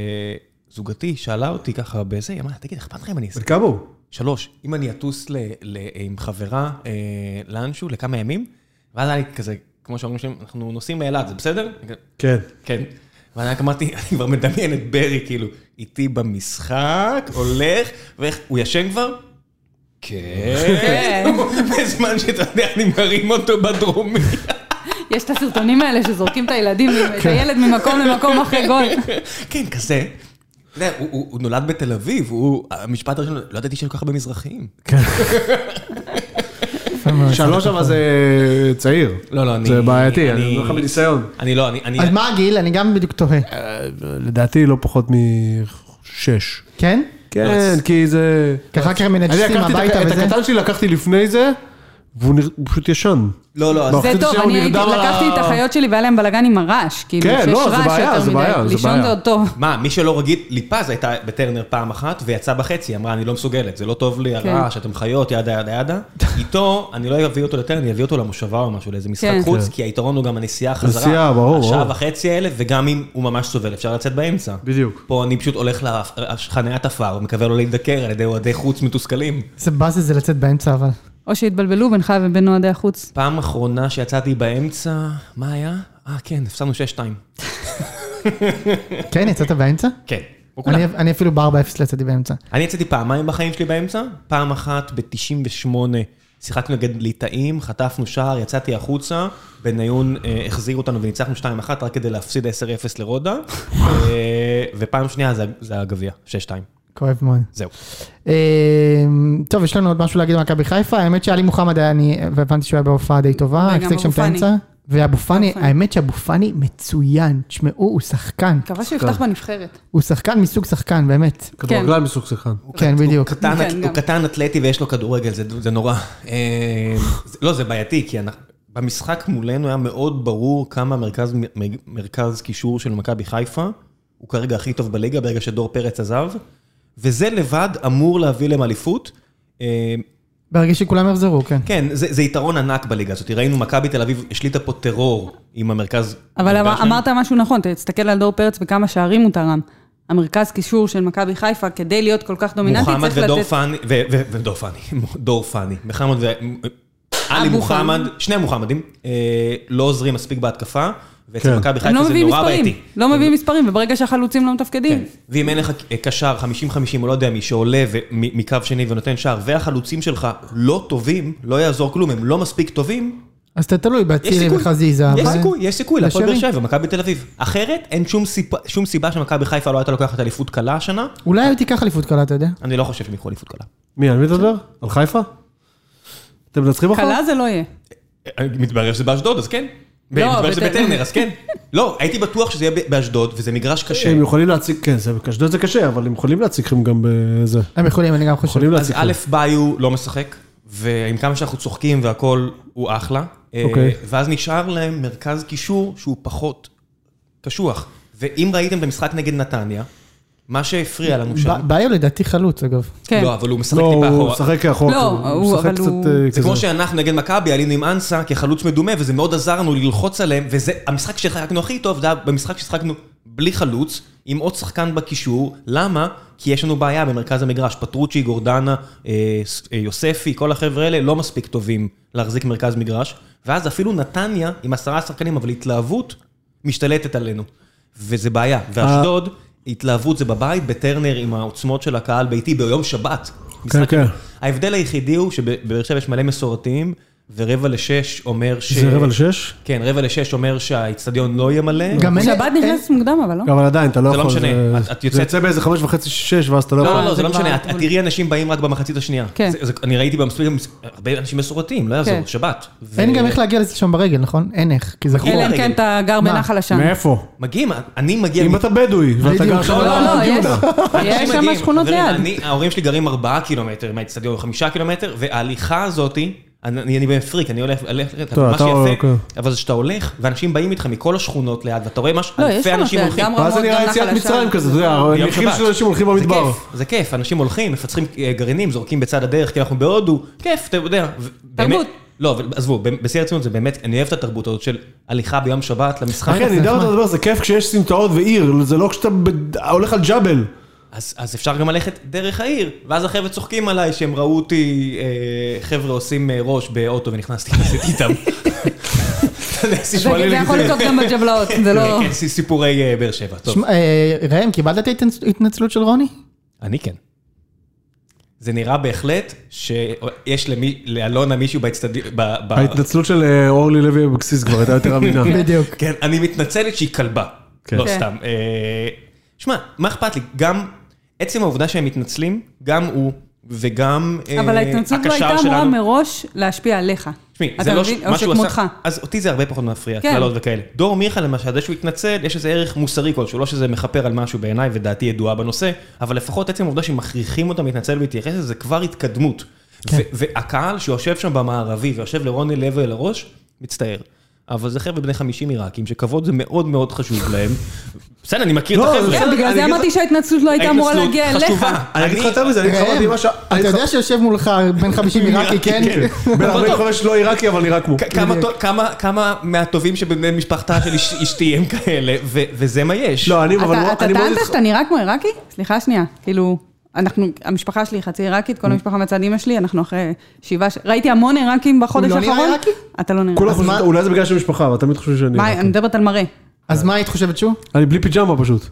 זוגתי שאלה אותי ככה באיזה, היא אמרה, תגיד, אכפת לך אם אני אעשה? כמה הוא? שלוש, אם אני אטוס עם חברה לאנשהו לכמה ימים, ואז אני כזה, כמו שאומרים שהם, אנחנו נוסעים מאילת, זה בסדר? כן. כן. ואני אמרתי, אני כבר מדמיין את ברי, כאילו, איתי במשחק, הולך, והוא ישן כבר? כן. בזמן שאתה יודע, אני מרים אותו בדרומי. יש את הסרטונים האלה שזורקים את הילדים, את הילד ממקום למקום אחרי גול. כן, כזה. הוא נולד בתל אביב, המשפט הראשון, לא ידעתי שאני כל כך הרבה מזרחיים. שלוש אבל זה צעיר. לא, לא, אני... זה בעייתי, אני אומר לך בניסיון. אני לא, אני... אז מה הגיל? אני גם בדיוק תוהה. לדעתי לא פחות משש. כן? כן, כי זה... ככה ככה מנג'סים הביתה וזה. את הקטן שלי לקחתי לפני זה, והוא פשוט ישן. לא, לא, זה טוב, אני לקחתי את החיות שלי והיה להם בלגן עם הרעש, כאילו שיש רעש יותר מדי, לישון זה עוד טוב. מה, מי שלא רגיל, ליפז הייתה בטרנר פעם אחת, ויצאה בחצי, אמרה, אני לא מסוגלת, זה לא טוב לי, הרעש, אתם חיות, ידה, ידה, ידה. איתו, אני לא אביא אותו לטרנר, אני אביא אותו למושבה או משהו, לאיזה משחק חוץ, כי היתרון הוא גם הנסיעה חזרה, השעה וחצי האלה, וגם אם הוא ממש סובל, אפשר לצאת באמצע. בדיוק. פה אני פשוט הולך לחניית עפר, ומקווה לו להידקר על ידי אוהדי חוץ מתוסכלים. זה באסה זה לצאת באמצע, אבל. או שהתבלבלו בינך ובין אוהדי החוץ. פעם אחרונה שיצאתי באמצע, מה היה? אה, כן, הפסדנו שש שתיים. כן, יצאת באמצע? כן. אני אפילו ב-ארבע אפס יצאתי באמצע. אני יצאתי פעמיים בחיים שלי באמצע, פעם אחת ב-תשעים ושמונה, שיחקנו נגד ליטאים, חטפנו שער, יצאתי החוצה, בניון החזיר אותנו וניצחנו שתיים אחת, רק כדי להפסיד עשר אפס לרודה, ופעם שנייה זה הגביע, שש שתיים. כואב מאוד. זהו. טוב, יש לנו עוד משהו להגיד על מכבי חיפה, האמת שאלי מוחמד היה, אני והבנתי שהוא היה בהופעה די טובה, וגם אבו פאני. ואבו פאני, האמת שאבו פאני מצוין, תשמעו, הוא שחקן. מקווה שהוא יפתח בנבחרת. הוא שחקן מסוג שחקן, באמת. כדורגלן מסוג שחקן. כן, בדיוק. הוא קטן אתלטי ויש לו כדורגל, זה נורא. לא, זה בעייתי, כי במשחק מולנו היה מאוד ברור כמה מרכז קישור של מכבי חיפה, הוא כרגע הכי טוב בליגה, ברגע שדור פרץ עזב, וזה לבד אמור להביא להם אליפות. ברגע שכולם יחזרו, כן. כן, זה, זה יתרון ענק בליגה הזאת. ראינו מכבי תל אביב, השליטה פה טרור עם המרכז. אבל אמרת משהו נכון, תסתכל על דור פרץ וכמה שערים הוא תרם. המרכז קישור של מכבי חיפה, כדי להיות כל כך דומיננטי, מוחמד ודור פני, ודור פני, דור פני, מוחמד ועלי מוחמד, שני מוחמדים, לא עוזרים מספיק בהתקפה, ואצל מכבי חיפה זה נורא בעייתי. לא מביאים מספרים, וברגע שהחלוצים לא מתפקדים. ואם אין לך קשר חמישים חמישים, או לא יודע, מי שעולה מקו שני ונותן שער, והחלוצים שלך לא טובים, לא יעזור כלום, הם לא מספיק טובים, אז אתה תלוי באצילי וחזיזה. יש סיכוי, יש סיכוי, להפועל באר שבע, מכבי תל אביב. אחרת, אין שום סיבה שמכבי חיפה לא הייתה לוקחת אליפות קלה השנה. אולי הייתי תיקח אליפות קלה, אתה יודע? אני לא חושב שהם יקחו אליפות קלה. מי, על מי תדבר? על חיפה? אתם מנצחים אחר? קלה זה לא יהיה. מתברר שזה באשדוד, אז כן. מתברר שזה בטרנר, אז כן. לא, הייתי בטוח שזה יהיה באשדוד, וזה מגרש קשה. הם יכולים להציג, כן, אשדוד זה קשה, אבל הם יכולים להציגכם גם בזה. הם יכולים, אני גם חושב. אז א' ביו לא משחק, ועם כמה שאנחנו צוחקים והכל הוא אחלה. ואז נשאר להם מרכז קישור שהוא פחות קשוח. ואם ראיתם במשחק נגד נתניה, מה שהפריע לנו שם... ביו לדעתי חלוץ, אגב. לא, אבל הוא משחק טיפה אחורה. לא, הוא משחק אחורה. לא, הוא משחק קצת... זה כמו שאנחנו נגד מכבי, עלינו עם אנסה כחלוץ מדומה, וזה מאוד עזר לנו ללחוץ עליהם, וזה המשחק ששחקנו הכי טוב, זה היה במשחק ששחקנו בלי חלוץ, עם עוד שחקן בקישור. למה? כי יש לנו בעיה במרכז המגרש. פטרוצ'י, גורדנה, יוספי, כל החבר'ה האלה לא מספיק טובים להחזיק מרכז מגרש, ואז אפילו נתניה, עם עשרה שחקנים, אבל התלהבות משתלטת עלינו. וזה בעיה. ואשדוד, התלהבות זה בבית, בטרנר עם העוצמות של הקהל ביתי, ביום שבת. כן, כן. ההבדל היחידי הוא שבבאר שבע יש מלא מסורתיים, ורבע לשש אומר ש... זה רבע לשש? כן, רבע לשש אומר שהאצטדיון לא יהיה מלא. גם שבת נכנס מוקדם, אבל לא. אבל עדיין, אתה לא יכול. זה לא משנה. זה יוצא באיזה חמש וחצי, שש, ואז אתה לא יכול. לא, לא, זה לא משנה. את תראי אנשים באים רק במחצית השנייה. כן. אני ראיתי במספיק הרבה אנשים מסורתיים, לא יעזור, שבת. אין גם איך להגיע לזה שם ברגל, נכון? אין איך. אלא אם כן אתה גר בנחל השם. מאיפה? מגיעים, אני מגיע... אם אתה בדואי, ואתה גר שם... לא, לא, יש שם שכונות ליד. ההורים שלי גרים ארבעה קילומטר מהאצטדיון, חמישה קילומטר, וההליכה הזאת אני, אני בפריק, אני הולך, הולך, ממש יפה, אבל זה שאתה הולך, ואנשים באים איתך מכל השכונות ליד, ואתה רואה ממש אלפי אנשים הולכים. ואז אני רואה יציאת מצרים כזה, אתה יודע, נכים של אנשים הולכים במדבר. זה כיף, אנשים הולכים, מפצחים גרעינים, זורקים בצד הדרך, כי אנחנו בהודו, כיף, אתה יודע. תרבות. לא, עזבו, בשיא הרצינות זה באמת, אני אוהב את התרבות הזאת של הליכה ביום שבת למשחק. אחי, אני יודע מה אתה מדבר, זה כיף כשיש סמטאות ועיר, זה לא כשאתה הולך על ג'אבל. אז, אז אפשר גם ללכת דרך העיר, ואז החבר'ה צוחקים עליי שהם ראו אותי, אה, חבר'ה עושים ראש באוטו ונכנסתי לסתי איתם. זה יכול לקרות גם בג'בלאות, זה לא... כן, סיפורי באר שבע, טוב. ראם, קיבלת את ההתנצלות של רוני? אני כן. זה נראה בהחלט שיש לאלונה מישהו בהצטדיון... ההתנצלות של אורלי לוי אבקסיס כבר הייתה יותר אמינה. בדיוק. כן, אני מתנצלת שהיא כלבה, לא סתם. שמע, מה אכפת לי? גם עצם העובדה שהם מתנצלים, גם הוא וגם הקשר שלנו. אבל ההתנצלות לא הייתה אמורה מראש להשפיע עליך. תשמעי, זה לא מה שהוא עשה. אז אותי זה הרבה פחות מפריע, כללות וכאלה. דור מיכה למשל, זה שהוא התנצל, יש איזה ערך מוסרי כלשהו, לא שזה מחפר על משהו בעיניי, ודעתי ידועה בנושא, אבל לפחות עצם העובדה שמכריחים אותם להתנצל והתייחס, זה כבר התקדמות. והקהל שיושב שם במערבי, ויושב לרוני לוי על הראש, מצטער. אבל זה חבר'ה בני חמישים עיראקים, שכבוד זה מאוד מאוד חשוב להם. בסדר, אני מכיר את החבר'ה. בגלל זה אמרתי שההתנצלות לא הייתה אמורה להגיע אליך. אני אגיד לך יותר מזה, אני התחברתי משהו... אתה יודע שיושב מולך בן חמישים עיראקי, כן? בן ארבעים וחמש לא עיראקי, אבל נראה כמו. כמה מהטובים שבני משפחתה של אשתי הם כאלה, וזה מה יש. אתה טענת שאתה נראה כמו עיראקי? סליחה שנייה, כאילו... אנחנו, המשפחה שלי חצי עיראקית, כל המשפחה מצד אמא שלי, אנחנו אחרי שבעה, ראיתי המון עיראקים בחודש האחרון. לא נראה עיראקי? אתה לא נראה. אולי זה בגלל של משפחה, אבל תמיד חושבים שאני עיראקי. אני מדברת על מראה. אז מה היית חושבת שהוא? אני בלי פיג'מה פשוט.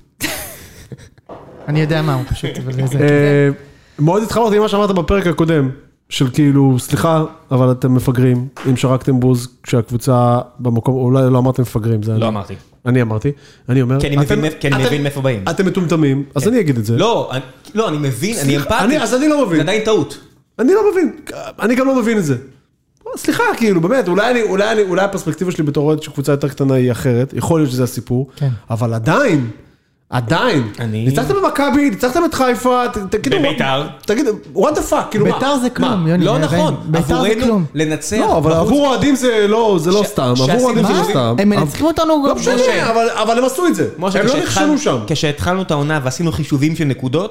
אני יודע מה הוא פשוט, אבל זה... מאוד התחברתי עם מה שאמרת בפרק הקודם, של כאילו, סליחה, אבל אתם מפגרים, אם שרקתם בוז, כשהקבוצה במקום, אולי לא אמרתם מפגרים. לא אמרתי. אני אמרתי, אני אומר... כי אני מבין מאיפה באים. אתם מטומטמים, אז אני אגיד את זה. לא, אני מבין, אני אמפתי. אז אני לא מבין. זה עדיין טעות. אני לא מבין, אני גם לא מבין את זה. סליחה, כאילו, באמת, אולי הפרספקטיבה שלי בתור אוהד שקבוצה יותר קטנה היא אחרת, יכול להיות שזה הסיפור, אבל עדיין, עדיין, ניצחתם במכבי, ניצחתם את חיפה, תגידו, בביתר. תגידו, what the fuck, כאילו מה? ביתר זה כלום, יוני. לא נכון, עבורנו לנצח. לא, אבל עבור אוהדים זה לא סתם, עבור אוהדים זה לא סתם. הם מנצחים אותנו. לא משנה, אבל הם עשו את זה, הם לא נכשלו שם. כשהתחלנו את העונה ועשינו חישובים של נקודות,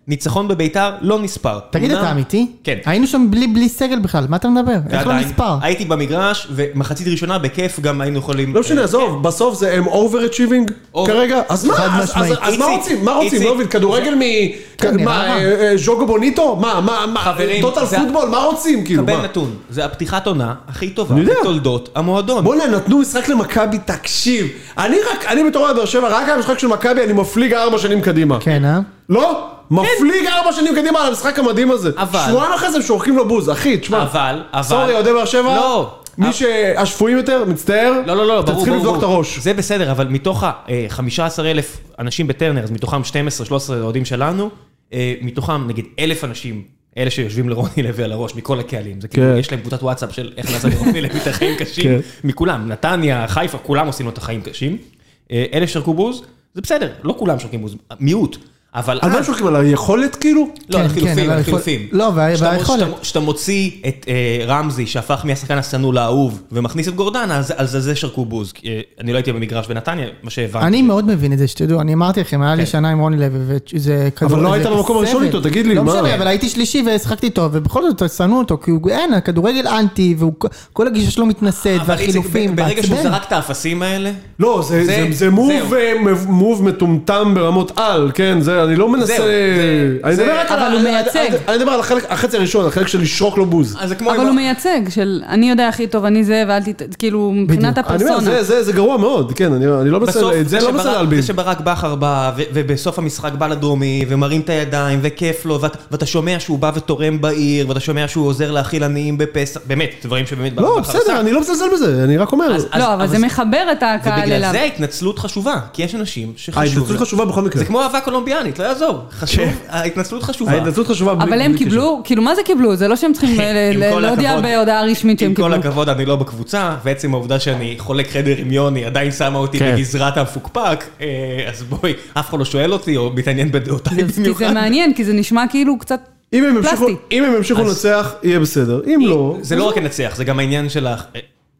ניצחון בביתר לא נספר. תגיד, אתה אמיתי? כן. היינו שם בלי סגל בכלל, מה אתה מדבר? איך לא נספר? הייתי במגרש, ומחצית ראשונה בכיף גם היינו יכולים... לא משנה, עזוב, בסוף זה הם overachieving כרגע, אז מה? אז מה רוצים? מה רוצים? לא מבין, כדורגל מ... מה, ז'וגו בוניטו? מה, מה, טוטל פוטבול? מה רוצים? קבל נתון, זה הפתיחת עונה הכי טובה בתולדות המועדון. בוא נתנו משחק למכבי, תקשיב. אני רק, אני בתור באר שבע, רק על המשחק של מכבי, אני מפליג ארבע שנים קדימה. כן, אה? לא? מפליג ארבע שנים קדימה על המשחק המדהים הזה. שבועיים אחרי זה הם שורקים לו בוז, אחי, תשמע. אבל, אבל... סורי, אוהדי באר שבע? לא. מי שהשפויים יותר, מצטער? לא, לא, לא, ברור, צריכים לבדוק את הראש. זה בסדר, אבל מתוך ה-חמישה עשר אלף אנשים בטרנר, אז מתוכם שתים עשרה שלוש עשרה אוהדים שלנו, מתוכם נגיד אלף אנשים, אלה שיושבים לרוני לוי על הראש, מכל הקהלים. זה כאילו, יש להם קבוצת וואטסאפ של איך נעשה לרוני לוי את החיים קשים. מכולם, נתניה, חיפה, כולם עושים לו את החיים קשים. אלה שרקו בוז, זה בסדר, לא כולם שרקים בוז, מיעוט. אבל... על מה שורקים? על היכולת כאילו? לא, על החילופים, על החילופים. לא, והיכולת. שאתה מוציא את רמזי, שהפך מהשחקן השנוא לאהוב, ומכניס את גורדן, אז זה שרקו בוז. אני לא הייתי במגרש בנתניה, מה שהבנתי. אני מאוד מבין את זה, שתדעו, אני אמרתי לכם, היה לי שנה עם רוני לוי, וזה כדור... אבל לא היית במקום הראשון איתו, תגיד לי, מה? לא משנה, אבל הייתי שלישי ושחקתי איתו, ובכל זאת שנאו אותו, כי הוא אין, הכדורגל אנטי, וכל הגישה שלו מתנשאת, והחילופים, ברגע שהוא זרק את האפסים האלה... לא, זה מוב מטומטם ברמות על, כן, זה, אני לא מנסה... אני מדבר רק על... אבל הוא מייצג. אני מדבר על החצי הראשון, החלק של לשרוק לו בוז. אבל הוא מייצג, של אני יודע הכי טוב, אני זה, ואל תת... כאילו, מבחינת הפרסונה. אני אומר, זה גרוע מאוד, כן, אני לא בסדר, את זה לא בסדר להלבין. זה שברק בכר בא, ובסוף המשחק בא לדרומי, ומרים את הידיים, וכיף לו, ואתה שומע שהוא בא ותורם בעיר, ואתה שומע שהוא עוזר להכיל עניים בפסח, באמת, דברים שבאמת ברק בכר לא, בסדר, אני לא מזלזל בזה, אני רק אומר. לא, אבל זה מחבר את הקהל אליו. ובגלל זה ההתנצלות חשובה, כי יש אנשים שחשוב. ההתנצלות חשובה בכל מקרה. זה כמו אהבה קולומביאנית, לא יעזור. חשוב, ההתנצלות חשובה. ההתנצלות חשובה. אבל הם קיבלו, כאילו מה זה קיבלו? זה לא שהם צריכים להודיע בהודעה רשמית שהם קיבלו. עם כל הכבוד, אני לא בקבוצה, ועצם העובדה שאני חולק חדר עם יוני, עדיין שמה אותי בגזרת המפוקפק, אז בואי, אף אחד לא שואל אותי, או מתעניין בדעותיי במיוחד. כי זה מעניין, כי זה נשמע כאילו קצת פלסטי. אם הם ימשיכו לנצח, יהיה בסדר. אם לא... זה לא רק לנצח, זה גם העניין של ה...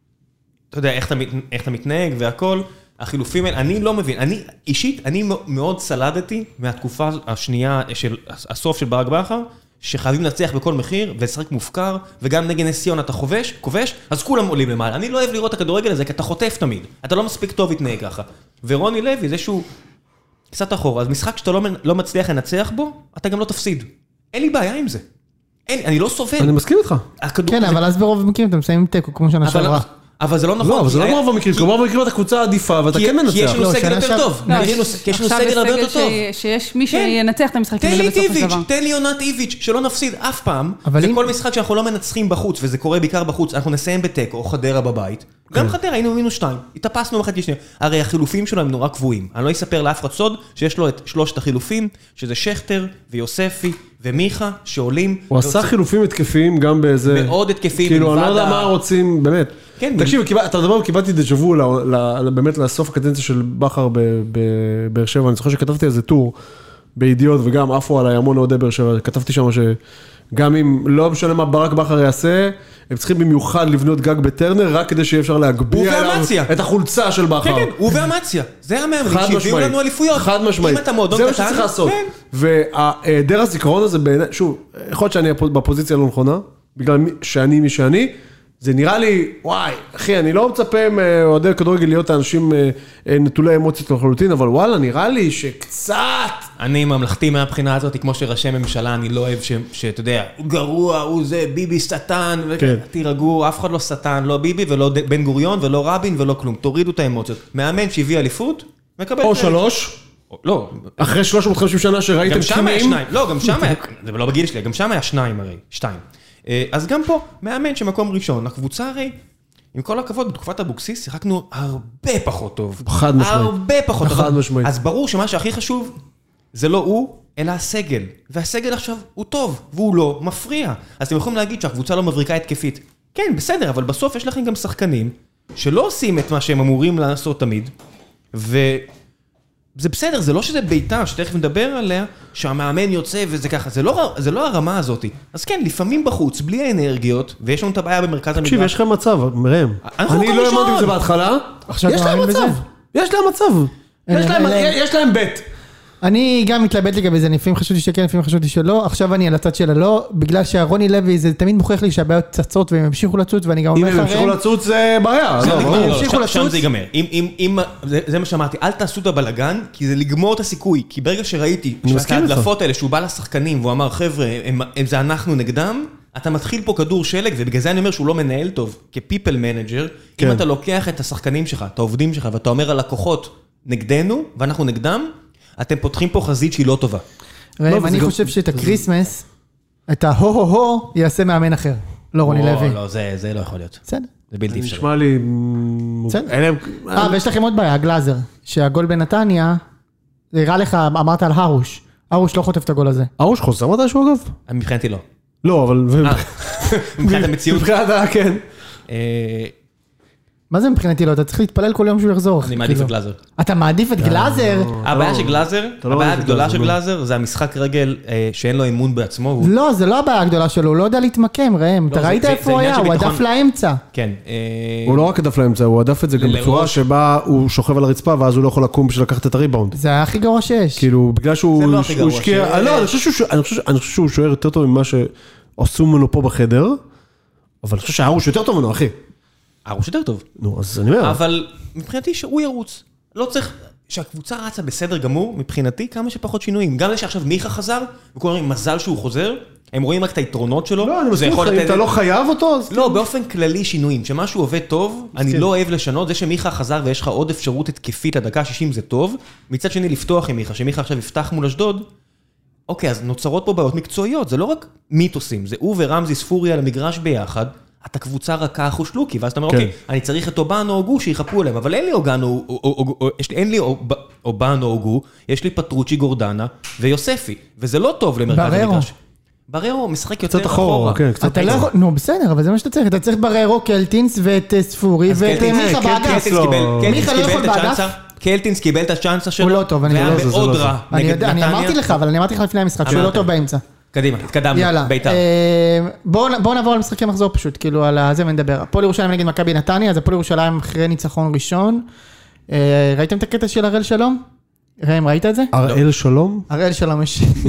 אתה יודע, איך אתה מתנהג והכל. החילופים האלה, אני לא מבין, אני אישית, אני מאוד סלדתי מהתקופה השנייה של הסוף של ברק בכר, שחייבים לנצח בכל מחיר, ולשחק מופקר, וגם נגד נס ציונה אתה חובש, כובש, אז כולם עולים למעלה. אני לא אוהב לראות את הכדורגל הזה, כי אתה חוטף תמיד. אתה לא מספיק טוב להתנהג ככה. ורוני לוי, זה שהוא קצת אחורה, אז משחק שאתה לא, לא מצליח לנצח בו, אתה גם לא תפסיד. אין לי בעיה עם זה. אין, אני לא סובל. אני מסכים איתך. כן, אבל אז ברוב המקרים אתם מסיימים טקו, כמו שנה שעברה. אבל זה לא נכון. לא, אבל זה לא ברוב המקרים, ברוב המקרים אתה קבוצה עדיפה, ואתה כן מנצח. כי יש לנו סגל יותר טוב. כי יש לנו סגל הרבה יותר טוב. שיש מי שינצח את המשחקים האלה בסוף הדבר. תן לי עונת איביץ' שלא נפסיד אף פעם, וכל משחק שאנחנו לא מנצחים בחוץ, וזה קורה בעיקר בחוץ, אנחנו נסיים בטקו או חדרה בבית. גם חדרה, היינו מינוס שתיים. התאפסנו אחת לשנייה. הרי החילופים שלו הם נורא קבועים. אני לא אספר לאף אחד סוד שיש לו את שלושת החילופים, שזה שכטר ויוספי ומיכה שעולים. הוא עשה חילופים התקפיים גם באיזה... מאוד התקפיים. כאילו, אני לא יודע מה רוצים, באמת. תקשיב, אתה מדבר, קיבלתי דז'וו באמת לסוף הקדנציה של בכר בבאר שבע. אני זוכר שכתבתי איזה טור בידיעות, וגם עפו עליי המון אוהדי באר שבע. כתבתי שם שגם אם לא משנה מה ברק בכר יעשה, הם צריכים במיוחד לבנות גג בטרנר, רק כדי שיהיה אפשר להגביה את החולצה של בכר. כן, כן, הוא ואמציה. זה המאמנים שהביאו לנו אליפויות. חד משמעית. זה מה שצריך לעשות. והיעדר הזיכרון הזה, שוב, יכול להיות שאני בפוזיציה לא נכונה, בגלל שאני מי שאני, זה נראה לי, וואי, אחי, אני לא מצפה מאוהדי כדורגל להיות האנשים נטולי אמוציות לחלוטין, אבל וואלה, נראה לי שקצת... אני ממלכתי מהבחינה הזאת, כמו שראשי ממשלה, אני לא אוהב שאתה יודע, הוא גרוע, הוא זה, ביבי סטן, תירגעו, אף אחד לא סטן, לא ביבי ולא בן גוריון ולא רבין ולא כלום, תורידו את האמוציות. מאמן שהביא אליפות, מקבל... או שלוש. לא. אחרי שלוש מאות וחמישים שנה שראיתם גם שם היה שניים. לא, גם שם היה, זה לא בגיל שלי, גם שם היה שניים הרי, שתיים. אז גם פה, מאמן שמקום ראשון, הקבוצה הרי, עם כל הכבוד, בתקופת אבוקסיס, שיחקנו הרבה פחות טוב. חד משמעית. הרבה פחות טוב. חד משמעית. אז ברור שמה שהכי חשוב, זה לא הוא, אלא הסגל. והסגל עכשיו הוא טוב, והוא לא מפריע. אז אתם יכולים להגיד שהקבוצה לא מבריקה התקפית. כן, בסדר, אבל בסוף יש לכם גם שחקנים, שלא עושים את מה שהם אמורים לעשות תמיד, ו... זה בסדר, זה לא שזה ביתר, שתכף נדבר עליה, שהמאמן יוצא וזה ככה, זה לא, זה לא הרמה הזאת. אז כן, לפעמים בחוץ, בלי האנרגיות, ויש לנו את הבעיה במרכז המגרש. תקשיב, יש לכם מצב, מרם. אני לא אמרתי בזה בהתחלה. יש להם מצב. יש להם מצב. יש להם בית. אני גם מתלבט לגבי זה, לפעמים חשבתי שכן, לפעמים חשבתי שלא, עכשיו אני על הצד של הלא, בגלל שהרוני לוי זה תמיד מוכיח לי שהבעיות צצות והם ימשיכו לצוץ, ואני גם אומר לך... אם הם ימשיכו לצוץ זה בעיה, שם זה ייגמר. זה מה שאמרתי, אל תעשו את הבלגן, כי זה לגמור את הסיכוי, כי ברגע שראיתי את ההדלפות האלה, שהוא בא לשחקנים, והוא אמר, חבר'ה, זה אנחנו נגדנו, אתה מתחיל פה כדור שלג, ובגלל זה אני אומר שהוא לא מנהל טוב, כ-people manager, אם אתה לוקח את השחקנים שלך, את העובדים שלך, ואתה אומר על לקוחות נגדנו, ואנחנו נגדם, אתם פותחים פה חזית שהיא לא טובה. ראם, אני חושב שאת הקריסמס, את ההו-הו-הו, יעשה מאמן אחר. לא רוני לוי. לא, זה לא יכול להיות. בסדר. זה בלתי אפשרי. נשמע לי... בסדר. אה, ויש לכם עוד בעיה, גלאזר, שהגול בנתניה, זה הראה לך, אמרת על הרוש. הרוש לא חוטף את הגול הזה. הרוש חוזר מתישהו אגב? מבחינתי לא. לא, אבל... מבחינת המציאות. מבחינת, כן. מה זה מבחינתי לא? אתה צריך להתפלל כל יום שהוא יחזור. אני מעדיף את גלאזר. אתה מעדיף את גלאזר? הבעיה של גלאזר, הבעיה הגדולה של גלאזר, זה המשחק רגל שאין לו אמון בעצמו. לא, זה לא הבעיה הגדולה שלו, הוא לא יודע להתמקם, ראם. אתה ראית איפה הוא היה? הוא עדף לאמצע. כן. הוא לא רק עדף לאמצע, הוא עדף את זה גם בצורה שבה הוא שוכב על הרצפה, ואז הוא לא יכול לקום בשביל לקחת את הריבאונד. זה היה הכי גרוע שיש. כאילו, בגלל שהוא השקיע... לא, אני חושב שהוא שוער יותר טוב ממה שעשו ממנו פה בחדר, אבל אני חושב שהרוש יותר טוב ממנו, אחי. הרוש יותר טוב. נו, אז אני אומר. אבל מבחינתי שהוא ירוץ. לא צריך, שהקבוצה רצה בסדר גמור, מבחינתי כמה שפחות שינויים. גם זה שעכשיו מיכה חזר, וכולם אומרים, מזל שהוא חוזר, הם רואים רק את היתרונות שלו. לא, אני מסכים לך, אם אתה לא חייב אותו, אז... לא, באופן כללי שינויים. שמשהו עובד טוב, אני לא אוהב לשנות. זה שמיכה חזר ויש לך עוד אפשרות התקפית, הדקה שישים זה טוב. מצד שני, לפתוח עם מיכה, שמיכה עכשיו יפתח מול אשדוד. אוקיי, אז נוצרות פה בעיות מקצועיות. זה לא רק מיתוסים, זה הוא ורמזי ספורי על המגרש ביחד. אתה קבוצה רכה חושלוקי, ואז אתה אומר, אוקיי, אני צריך את אובן או אוגו שיחפו עליהם, אבל אין לי אוגן או אובן או אוגו, יש לי פטרוצ'י גורדנה ויוספי, וזה לא טוב למרכז המגרש. בררו משחק יותר אחורה. אתה לא יכול, נו בסדר, אבל זה מה שאתה צריך, אתה צריך בררו, קלטינס ואת ספורי ואת מיכה באגף. מיכה לא יכול באגף. קלטינס קיבל את הצ'אנסה שלו, הוא לא טוב, והיה מאוד רע נגד נתניה. אני אמרתי לך, אבל אני אמרתי לך לפני המשחק, שהוא לא טוב באמצע. קדימה, התקדמנו, ביתר. בואו נעבור על משחקי מחזור פשוט, כאילו על זה ונדבר. הפועל ירושלים נגד מכבי נתניה, אז הפועל ירושלים אחרי ניצחון ראשון. ראיתם את הקטע של הראל שלום? ראם, ראית את זה? הראל שלום? הראל שלום,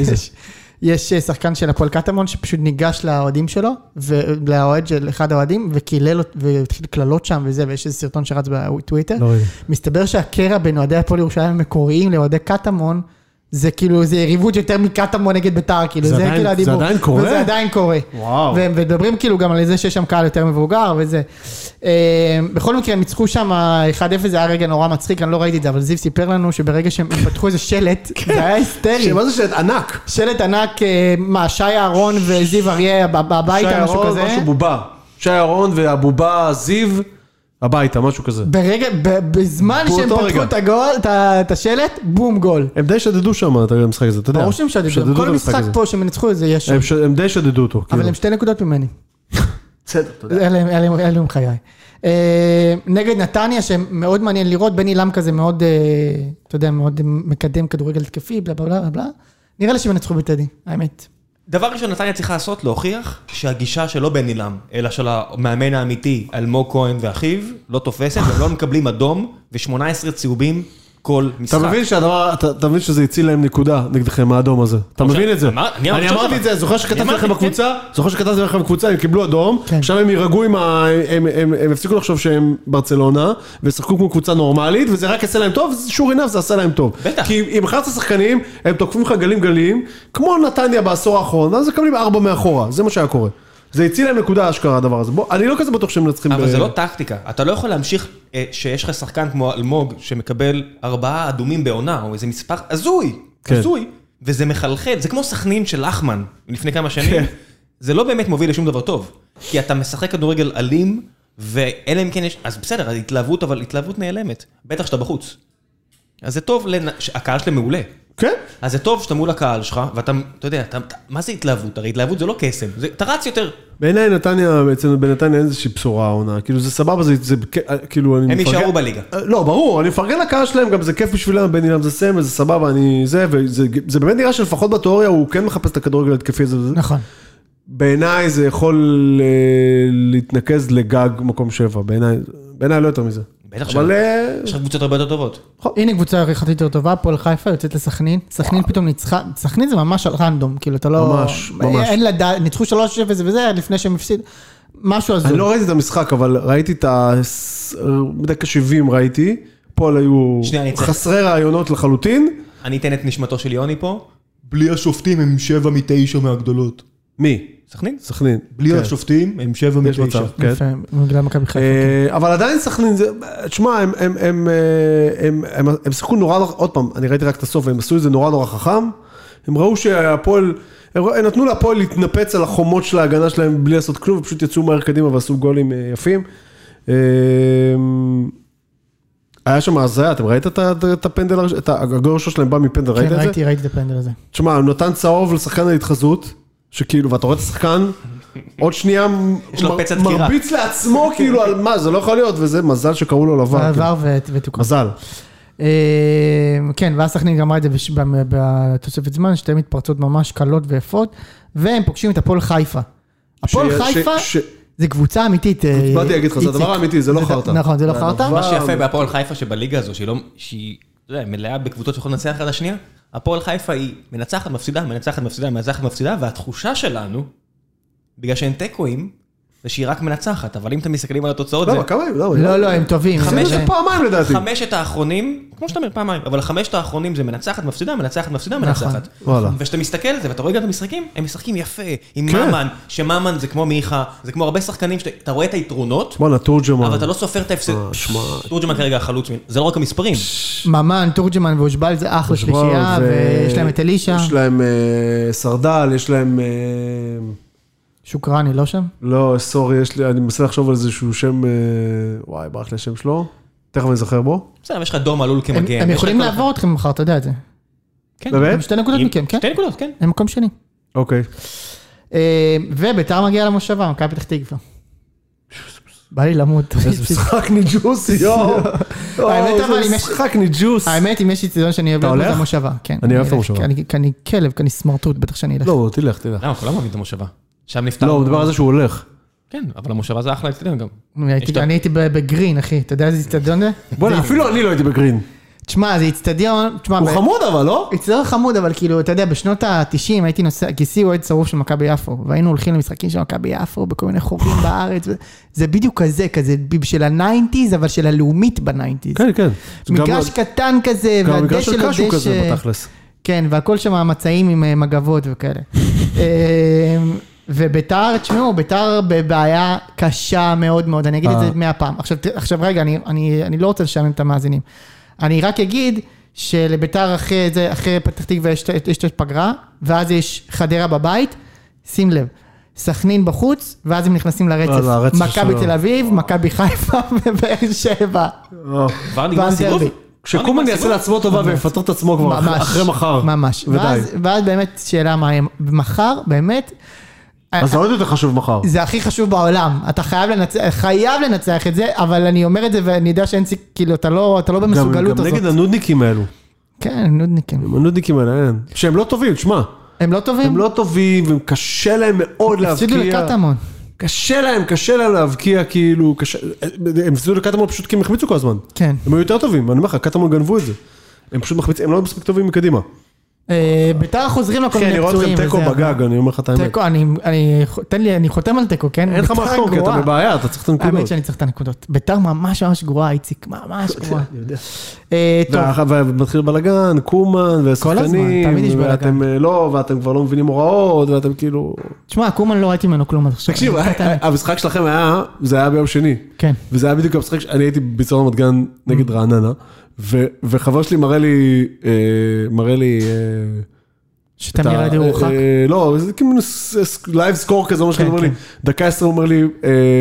יש שחקן של הפועל קטמון שפשוט ניגש לאוהדים שלו, ולאוהד של אחד האוהדים, וקילל, והתחיל קללות שם וזה, ויש איזה סרטון שרץ בטוויטר. מסתבר שהקרע בין אוהדי הפועל ירושלים המקוריים לאוהדי קטמון, זה כאילו, זה יריבות יותר מקטמון נגד ביתר, כאילו, זה כאילו הדיבור. זה עדיין קורה? וזה עדיין קורה. וואו. ומדברים כאילו גם על זה שיש שם קהל יותר מבוגר וזה. בכל מקרה, הם ניצחו שם אחד אפס, זה היה רגע נורא מצחיק, אני לא ראיתי את זה, אבל זיו סיפר לנו שברגע שהם פתחו איזה שלט, זה היה היסטרי. מה זה שלט ענק? שלט ענק, מה, שי אהרון וזיו אריה הביתה, משהו כזה. שי אהרון, משהו בובה. שי אהרון והבובה זיו הביתה, משהו כזה. ברגע, בזמן שהם פתחו את הגול, את השלט, בום גול. הם די שדדו שם את המשחק הזה, אתה יודע. ברור שהם שדדו, כל משחק פה שהם ניצחו את זה יש שם. הם די שדדו אותו. אבל הם שתי נקודות ממני. בסדר, אתה יודע. אלה הם חיי. נגד נתניה, שמאוד מעניין לראות, בני לם כזה מאוד, אתה יודע, מאוד מקדם כדורגל התקפי, בלה בלה בלה. נראה לי שהם ניצחו בטדי, האמת. דבר ראשון, נתניה צריכה לעשות, להוכיח שהגישה שלא בני לם, אלא של המאמן האמיתי, אלמוג כהן ואחיו, לא תופסת, והם לא מקבלים אדום ו-שמונה עשרה צהובים כל משחק. אתה מבין שהדבר, אתה מבין שזה הציל להם נקודה נגדכם האדום הזה. אתה מבין את זה? אני אמרתי את זה, זוכר שכתבתי לכם בקבוצה, זוכר שכתבתי לכם בקבוצה, הם קיבלו אדום, עכשיו הם ירגעו עם ה... הם הפסיקו לחשוב שהם ברצלונה, ושחקו כמו קבוצה נורמלית, וזה רק יעשה להם טוב, שור עיניו זה עשה להם טוב. בטח. כי אם אחת השחקנים, הם תוקפים לך גלים גלים, כמו נתניה בעשור האחרון, אז הם מקבלים ארבע מאחורה, זה מה שהיה קורה. זה הציל להם נקודה אשכרה הדבר הזה. בוא, אני לא כזה בטוח שהם מנצחים. אבל זה לא טקטיקה. אתה לא יכול להמשיך שיש לך שחקן כמו אלמוג, שמקבל ארבעה אדומים בעונה, או איזה מספר הזוי, הזוי, וזה מחלחל. זה כמו סכנין של לחמן, לפני כמה שנים. זה לא באמת מוביל לשום דבר טוב. כי אתה משחק כדורגל אלים, ואלה אם כן יש... אז בסדר, התלהבות, אבל התלהבות נעלמת. בטח שאתה בחוץ. אז זה טוב, הקהל שלהם מעולה. כן. אז זה טוב שאתה מול הקהל שלך, ואתה, אתה יודע, אתה, מה זה התלהבות? הרי התלהבות זה לא קסם, זה, אתה רץ יותר. בעיניי נתניה, בעצם בנתניה אין איזושהי בשורה העונה, כאילו זה סבבה, זה, זה, כאילו אני הם מפרגן... יישארו בליגה. לא, ברור, אני מפרגן לקהל שלהם, גם זה כיף בשבילם, בין אילם זה סמל, זה סבבה, אני זה, וזה זה באמת נראה שלפחות בתיאוריה הוא כן מחפש את הכדורגל התקפי הזה. נכון. בעיניי זה יכול להתנקז לגג מקום שבע, בעיניי, בעיניי לא יותר מזה. בטח שלא. יש לך קבוצות הרבה יותר טובות. הנה קבוצה יחסית יותר טובה, הפועל חיפה יוצאת לסכנין, סכנין פתאום ניצחה, סכנין זה ממש על רנדום, כאילו אתה לא... ממש, ממש. אין לדעת, ניצחו שלוש אפס וזה, לפני שהם הפסיד, משהו הזו. אני לא ראיתי את המשחק, אבל ראיתי את ה... בדקה שבעים ראיתי, הפועל היו חסרי רעיונות לחלוטין. אני אתן את נשמתו של יוני פה, בלי השופטים הם שבע מתשע מהגדולות. מי? סכנין? סכנין. בלי השופטים הם שבע מתשע. אבל עדיין סכנין, תשמע, הם שיחקו נורא, עוד פעם, אני ראיתי רק את הסוף, הם עשו את זה נורא נורא חכם, הם ראו שהפועל, הם נתנו להפועל להתנפץ על החומות של ההגנה שלהם בלי לעשות כלום, ופשוט יצאו מהר קדימה ועשו גולים יפים. היה שם הזיה, אתם ראית את הפנדל, את הגול שלהם בא מפנדל, ראית את זה? כן, ראיתי, ראיתי את הפנדל הזה. תשמע, הוא נתן צהוב לשחקן ההתחזות, שכאילו, ואתה רואה את השחקן, עוד שנייה מרביץ לעצמו, כאילו, על מה, זה לא יכול להיות, וזה מזל שקראו לו לבר. עבר ותוקע. מזל. כן, ואז סכנין גמרה את זה בתוספת זמן, שתי מתפרצות ממש קלות ויפות, והם פוגשים את הפועל חיפה. הפועל חיפה זה קבוצה אמיתית. באתי להגיד לך, זה הדבר האמיתי, זה לא חרטה. נכון, זה לא חרטה. מה שיפה בהפועל חיפה שבליגה הזו, שהיא מלאה בקבוצות שיכול לנצח אחד לשנייה, הפועל חיפה היא מנצחת, מפסידה, מנצחת, מפסידה, מנצחת, מפסידה, והתחושה שלנו, בגלל שאין טקואים, זה שהיא רק מנצחת, אבל אם אתם מסתכלים על התוצאות, לא, כמה הם? לא, לא, הם טובים. זה פעמיים לדעתי. חמשת האחרונים, כמו שאתה אומר, פעמיים, אבל חמשת האחרונים זה מנצחת, מפסידה, מנצחת, מפסידה, מנצחת. וכשאתה מסתכל על זה, ואתה רואה גם את המשחקים, הם משחקים יפה, עם מאמן, שמאמן זה כמו מיכה, זה כמו הרבה שחקנים שאתה רואה את היתרונות, אבל אתה לא סופר את ההפסד. תורג'מן כרגע החלוץ, זה לא רק המספרים. מאמן, תורג'מן ואושבל זה אחלה שלישייה, ויש להם את אלישה. יש להם סרדל, יש להם... שוקרני, לא שם? לא, סורי, יש לי, אני מנסה לחשוב על איזשהו שם, וואי, ברח לי השם שלו, תכף אני זוכר בו. בסדר, יש לך דור מלול כמגן. הם יכולים לעבור אתכם מחר, אתה יודע את זה. כן. באמת? הם שתי נקודות מכם, כן? שתי נקודות, כן. הם מקום שני. אוקיי. וביתר מגיע למושבה, מכבי פתח תקווה. בא לי למות. איזה משחק ניג'וסי, יואו. איזה משחק ניג'וס. האמת, אם יש לי צידון שאני אוהב את המושבה. אני אוהב את המושבה. כי אני כלב, כי אני סמרטוט, בטח שאני אלך. לא, תלך, תלך. למה, כולם אוהבים את המושבה. שם נפתר. לא, הוא מדבר על זה שהוא הולך. כן, אבל המושבה זה אחלה אצטדיון גם. אני הייתי בגרין, אחי. אתה יודע איזה אצטדיון זה? בוא'נה, אפילו אני לא הייתי בגרין. תשמע, זה אצטדיון... הוא חמוד אבל, לא? אצטדיון חמוד, אבל כאילו, אתה יודע, בשנות ה-תשעים הייתי נוסע, כיסי אוהד שרוף של מכבי יפו, והיינו הולכים למשחקים של מכבי יפו, בכל מיני חורים בארץ, זה בדיוק כזה, כזה של ה-תשעים, אבל של הלאומית ב-תשעים. כן, כן. מגרש קטן כזה, והדשא של קשו כזה, בתכלס. כן, והכל שם מצעים עם מגבות וכאלה. וביתר, תשמעו, ביתר בבעיה קשה מאוד מאוד, אני אגיד את זה מאה פעם. עכשיו רגע, אני לא רוצה לשמם את המאזינים. אני רק אגיד שלביתר אחרי זה, אחרי פתח תקווה יש את פגרה, ואז יש חדרה בבית, שים לב, סכנין בחוץ, ואז הם נכנסים לרצף. מכבי תל אביב, מכבי חיפה ובאר שבע. כבר נגמר סיבוב? כשקומן יעשה לעצמו טובה ויפטר את עצמו כבר אחרי מחר. ממש. ואז באמת שאלה מה הם, מחר באמת, אז זה עוד יותר חשוב מחר. זה הכי חשוב בעולם. אתה חייב לנצח, חייב לנצח את זה, אבל אני אומר את זה ואני יודע שאין סיכוי, כאילו אתה לא, אתה לא במסוגלות הזאת. גם נגד הנודניקים האלו. כן, נודניקים. הנודניקים האלה, אין. שהם לא טובים, תשמע. הם לא טובים? הם לא טובים, וקשה להם מאוד להבקיע. הפסידו לקטמון. קשה להם, קשה להם להבקיע, כאילו, הם הפסידו לקטמון פשוט כי הם החמיצו כל הזמן. כן. הם היו יותר טובים, אני אומר לך, קטמון גנבו את זה. הם פשוט מחמיצים, הם לא מספיק טובים מקדימה. ביתר חוזרים לכל מיני פצועים. כן, אני רואה אתכם טקו בגג, אני אומר לך את האמת. טקו, תן לי, אני חותם על טקו, כן? אין לך מה לחתום, כי אתה בבעיה, אתה צריך את הנקודות. האמת שאני צריך את הנקודות. ביתר ממש ממש גרועה, איציק, ממש גרועה. ומתחיל בלגן, קומן, ושחקנים, תמיד יש בלגן. ואתם לא, ואתם כבר לא מבינים הוראות, ואתם כאילו... תשמע, קומן לא ראיתי ממנו כלום. תקשיב, המשחק שלכם היה, זה היה ביום שני. כן. וזה היה בדיוק המשחק, אני הייתי בצור רמת גן נגד רעננה, וחבר שלי מראה לי, מראה לי... שאתה נראה לי רוחק? לא, זה כאילו לייב סקור כזה, מה שאתה אומר לי, דקה עשרה הוא אומר לי,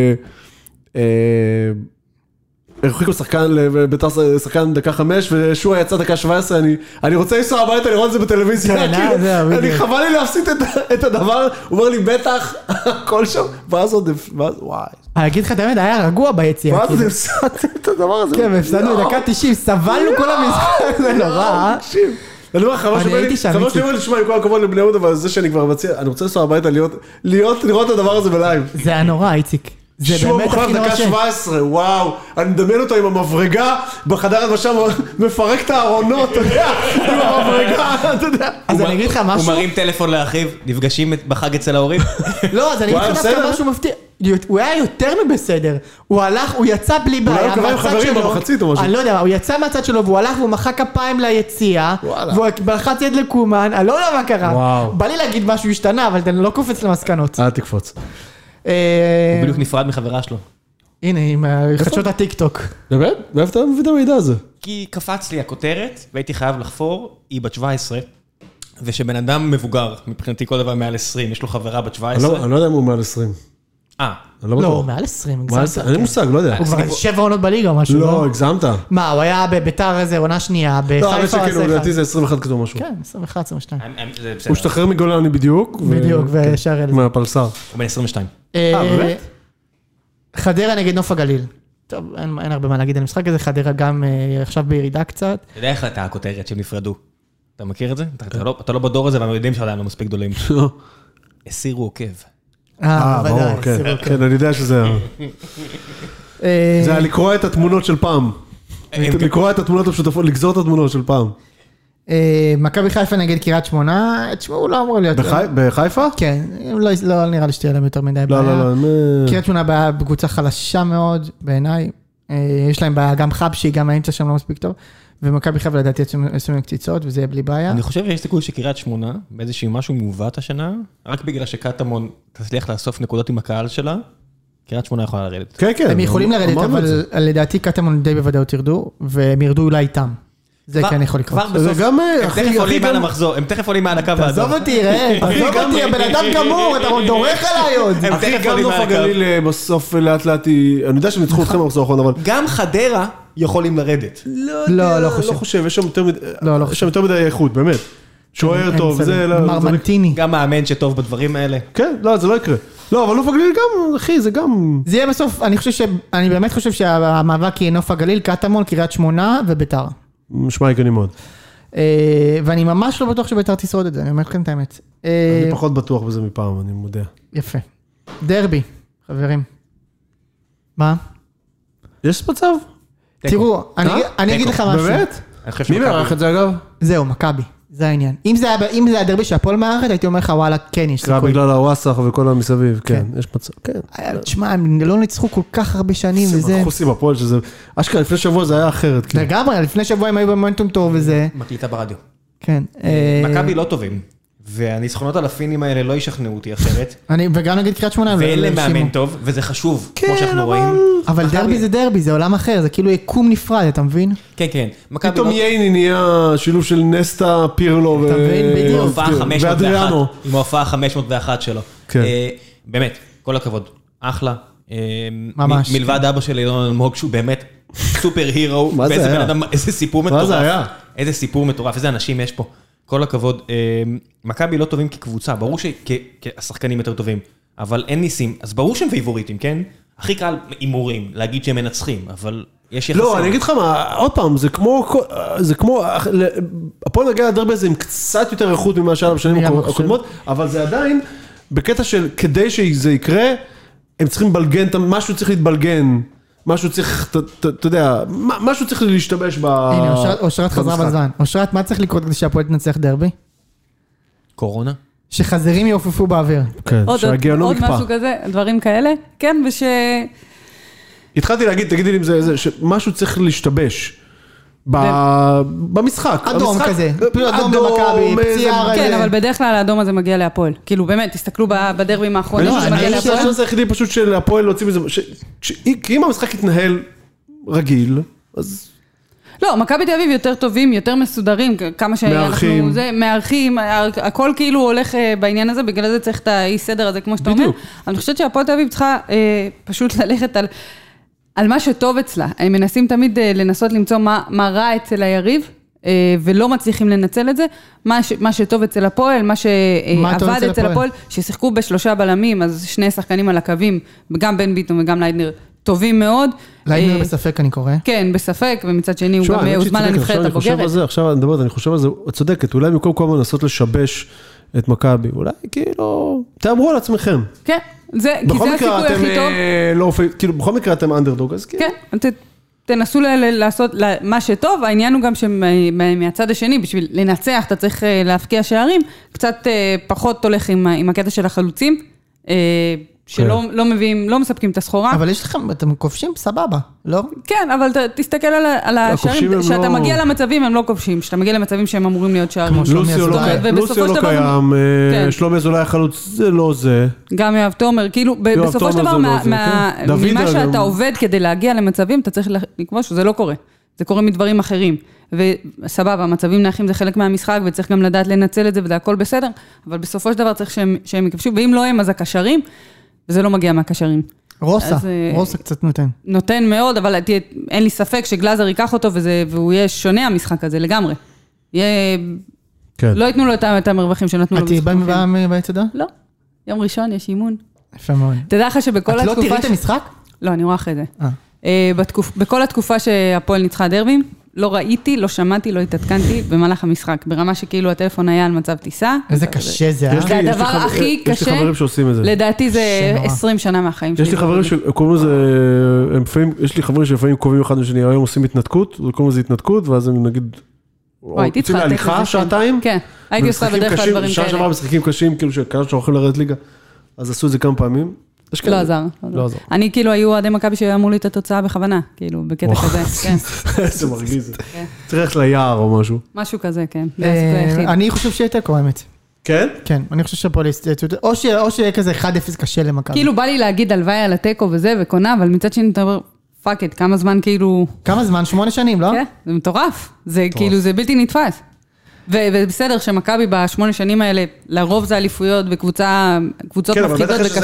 הרחיקו שחקן, ביתר שחקן דקה חמש, ושועה יצא דקה שבע עשרה, אני רוצה לנסוע הביתה לראות את זה בטלוויזיה, אני חבל לי להפסיד את הדבר, הוא אומר לי, בטח, הכל שם, ואז עוד, וואי. אני אגיד לך את האמת, היה רגוע ביציאה. ואז הפסדתי את הדבר הזה. כן, והפסדנו דקה תשעים, סבלנו כל המשחק, זה נורא. תקשיב. אני אומר, חבר שלי אומר לי, שמע, עם כל הכבוד לבני יהודה, אבל זה שאני כבר מציע, אני רוצה לנסוע הביתה, לראות את הדבר הזה בלייב. זה היה נורא, איציק. שוע מוחלט דקה שבע עשרה, וואו, אני מדמיין אותו עם המברגה, בחדר הלבשה מפרק את הארונות, אתה יודע, עם המברגה, אתה יודע. אז אני אגיד לך משהו. הוא מרים טלפון לאחיו, נפגשים בחג אצל ההורים. לא, אז אני אגיד לך דווקא משהו מפתיע. הוא היה יותר מבסדר, הוא הלך, הוא יצא בלי בעיה, מהצד שלו, אני לא יודע, הוא יצא מהצד שלו, והוא הלך והוא מחא כפיים ליציאה, והוא לחץ יד לקומן, אני לא יודע מה קרה. בא לי להגיד משהו השתנה, אבל אני לא קופץ למסקנות. אל תקפוץ. הוא בדיוק נפרד מחברה שלו. הנה, עם חדשות הטיק טוק. באמת? ואיפה אתה מביא את המידע הזה? כי קפץ לי הכותרת, והייתי חייב לחפור, היא בת שבע עשרה, ושבן אדם מבוגר, מבחינתי כל דבר מעל עשרים, יש לו חברה בת שבע עשרה. אני לא יודע אם הוא מעל עשרים. אה. לא, מעל עשרים. אני מושג, לא יודע. הוא כבר שבע עונות בליגה או משהו, לא? לא, הגזמת. מה, הוא היה בביתר איזה עונה שנייה, לא, אבל שכאילו, לדעתי זה עשרים ואחת כזה משהו. כן, עשרים ואחת, עשרים ושתיים. הוא השתחרר מגולני בדיוק. בדיוק, ושאר אלה. מהפלסר. הוא בן עשרים ושתיים. אה, באמת? חדרה נגד נוף הגליל. טוב, אין הרבה מה להגיד על המשחק הזה, חדרה גם עכשיו בירידה קצת. אתה יודע איך הייתה הכותרת שהם נפרדו? אתה מכיר את זה? אתה לא בדור הזה, אבל יודעים שעדיין לא מספיק גדולים. הסירו עוקב. אה, ברור, כן, אני יודע שזה זה היה לקרוא את התמונות של פעם. לקרוא את התמונות המשותפות, לגזור את התמונות של פעם. מכבי חיפה נגד קריית שמונה, תשמעו, לא אמור להיות. בחיפה? כן, לא נראה לי שתהיה להם יותר מדי בעיה. לא, לא, לא. קריית שמונה בעיה בקבוצה חלשה מאוד, בעיניי. יש להם בעיה, גם חבשי, גם האמצע שם לא מספיק טוב. ומכבי חיפה לדעתי עושים קציצות, וזה יהיה בלי בעיה. אני חושב שיש סיכוי שקריית שמונה, באיזשהו משהו מעוות השנה, רק בגלל שקטמון תצליח לאסוף נקודות עם הקהל שלה, קריית שמונה יכולה לרדת. כן, כן. הם יכולים לרדת, אבל לדעתי קטמון די בוודאות ירדו, והם ירדו אולי איתם. זה כן יכול לקרות. כבר בסוף, הם תכף עולים מעל המחזור, הם תכף עולים מעל הקו האדום. תעזוב אותי, ראה, תעזוב אותי, הבן אדם גמור, אתה דורך עליי עוד. אחי, גם נוף הגליל בסוף לאט לאט, אני יודע שהם ניצחו אתכם במחזור האחרון, אבל... גם חדרה יכולים לרדת. לא, לא חושב. לא חושב, יש שם יותר מדי איכות, באמת. שוער טוב, זה... מרמנטיני. גם מאמן שטוב בדברים האלה. כן, לא, זה לא יקרה. לא, אבל נוף הגליל גם, אחי, זה גם... זה יהיה בסוף, אני חושב ש... אני באמת חושב שהמאבק יהיה נוף הגליל, קטמון, קריית שמונה וביתר. משמע הגיוני מאוד. ואני ממש לא בטוח שביתר תשרוד את זה, אני אומר לכם את האמת. אני פחות בטוח בזה מפעם, אני מודה. יפה. דרבי, חברים. מה? יש מצב? תראו, אני אגיד לך משהו. באמת? מי מערך את זה אגב? זהו, מכבי. זה העניין. אם זה היה דרבי שהפועל מערכת, הייתי אומר לך, וואלה, כן, יש סיכוי. בגלל הוואסח וכל המסביב, כן, יש מצב, כן. תשמע, הם לא ניצחו כל כך הרבה שנים, וזה... חוסים הפועל שזה... אשכרה, לפני שבוע זה היה אחרת. לגמרי, לפני שבוע הם היו במומנטום טוב, וזה... מקליטה ברדיו. כן. מכבי לא טובים, והניצחונות על הפינים האלה לא ישכנעו אותי אחרת. וגם נגיד קריית שמונה... ואין להם מאמן טוב, וזה חשוב, כמו שאנחנו רואים. אבל דרבי זה דרבי, זה עולם אחר, זה כאילו יקום נפרד, אתה מבין? כן, כן. פתאום ייני נהיה שילוב של נסטה, פירלו ואדריאנו. עם ההופעה חמש מאות ואחת שלו. באמת, כל הכבוד. אחלה. ממש. מלבד אבא שלי, אילון אלמוג, שהוא באמת סופר הירו. מה זה היה? איזה סיפור מטורף. מה זה היה? איזה סיפור מטורף, איזה אנשים יש פה. כל הכבוד. מכבי לא טובים כקבוצה, ברור שהשחקנים יותר טובים, אבל אין ניסים. אז ברור שהם פייבוריטים, כן? הכי קל אימורים, להגיד שהם מנצחים, אבל יש יחסים. לא, אני אגיד לך מה, עוד פעם, זה כמו, זה כמו, הפועל נגיע לדרבי הזה עם קצת יותר איכות ממה שהיה בשנים הקודמות, אבל זה עדיין, בקטע של, כדי שזה יקרה, הם צריכים לבלגן, משהו צריך להתבלגן, משהו צריך, אתה יודע, משהו צריך להשתמש ב... הנה, אושרת חזרה בזמן. אושרת, מה צריך לקרות כדי שהפועל תנצח דרבי? קורונה. שחזרים יעופפו באוויר. כן, שהגיונו מקפא. עוד משהו כזה, דברים כאלה. כן, וש... התחלתי להגיד, תגידי לי אם זה, שמשהו צריך להשתבש. במשחק. אדום כזה. אדום במכבי, פציעה. כן, אבל בדרך כלל האדום הזה מגיע להפועל. כאילו, באמת, תסתכלו בדרבים האחרונים, זה מגיע להפועל. אני חושב היחידי פשוט של הפועל להוציא מזה, כי אם המשחק יתנהל רגיל, אז... לא, מכבי תל אביב יותר טובים, יותר מסודרים, כמה שאנחנו... מארחים, הכל כאילו הולך בעניין הזה, בגלל זה צריך את האי סדר הזה, כמו שאתה אומר. אני חושבת שהפועל תל אביב צריכה פשוט ללכת על... על מה שטוב אצלה, הם מנסים תמיד לנסות למצוא מה, מה רע אצל היריב, ולא מצליחים לנצל את זה, מה, ש, מה שטוב אצל הפועל, מה שעבד אצל הפועל, ששיחקו בשלושה בלמים, אז שני שחקנים על הקווים, גם בן ביטון וגם ליידנר, טובים מאוד. ליידנר בספק אני קורא. כן, בספק, ומצד שני הוא גם הוזמן לנבחרת הבוגרת. עכשיו אני מדברת, אני חושב על זה, את צודקת, אולי במקום כל הזמן לנסות לשבש את מכבי, אולי כאילו, תאמרו על עצמכם. כן, זה, כי זה הסיכוי הכי טוב. לא, כאילו, בכל מקרה אתם אנדרדוג, אז כאילו. כן, ת, תנסו לעשות מה שטוב, העניין הוא גם שמהצד השני, בשביל לנצח, אתה צריך להפקיע שערים, קצת פחות הולך עם, עם הקטע של החלוצים, שלא לא מביאים, לא מספקים את הסחורה. אבל יש לכם, אתם כובשים סבבה, לא? כן, אבל ת, תסתכל על, על השערים, שאתה לא... מגיע למצבים, הם לא כובשים, שאתה מגיע למצבים שהם אמורים להיות שערים. לוסיו לא, לוסיו לא קיים, כן. שלומי אזולאי החלוץ, זה לא זה. גם יואב תומר, כאילו, יואב בסופו של דבר, מה, מה, כן. ממה שאתה גם... עובד כדי להגיע למצבים, אתה צריך לקבוע שזה לא קורה. זה קורה מדברים אחרים. וסבבה, מצבים נייחים זה חלק מהמשחק, וצריך גם לדעת לנצל את זה, וזה הכל בסדר, אבל בסופו של דבר צריך שהם, שהם יקפשו, ואם לא הם, אז הקשרים, וזה לא מגיע מהקשרים. רוסה, אז, רוסה קצת נותן. נותן מאוד, אבל אין לי ספק שגלאזר ייקח אותו, וזה, והוא יהיה שונה המשחק הזה לגמרי. יהיה... כן. לא ייתנו לו את המרווחים שנתנו לו במשחקים. את באה ביצדה? לא. יום ראשון יש אימון. יפה מאוד. תדע לך שבכל התקופה... את לא תראי את המשחק? לא, אני רואה אחרי זה. בתקופ... בכל התקופה שהפועל ניצחה דרבים, לא ראיתי, לא שמעתי, לא התעדכנתי במהלך המשחק, ברמה שכאילו הטלפון היה על מצב טיסה. איזה קשה זה, אה? זה הדבר הכי קשה. יש לי חברים שעושים את זה. לדעתי זה עשרים שנה מהחיים שלי. יש לי חברים שקוראים לזה, יש לי חברים שלפעמים קובעים אחד לשני, היום עושים התנתקות, וקוראים לזה התנתקות, ואז הם נגיד, יוצאים להליכה שעתיים. כן, הייתי עושה בדרך כלל דברים כאלה. שעה שעברה משחקים קשים, כאילו שקרה שהולכים לרדת ליגה, אז עשו את זה כמה פעמים. לא עזר. לא עזר. אני כאילו היו עדי מכבי שאמרו לי את התוצאה בכוונה, כאילו בקטע כזה. איזה מרגיז. צריך ליער או משהו. משהו כזה, כן. אני חושב שיהיה תיקו, האמת. כן? כן, אני חושב שהפועליסט, או שיהיה כזה אחד אפס קשה למכבי. כאילו בא לי להגיד הלוואי על התיקו וזה וקונה, אבל מצד שני אתה אומר, פאק את, כמה זמן כאילו... כמה זמן? שמונה שנים, לא? כן, זה מטורף. זה כאילו, זה בלתי נתפס. ובסדר שמכבי בשמונה שנים האלה, לרוב זה אליפויות וקבוצות מפחידות וקשות.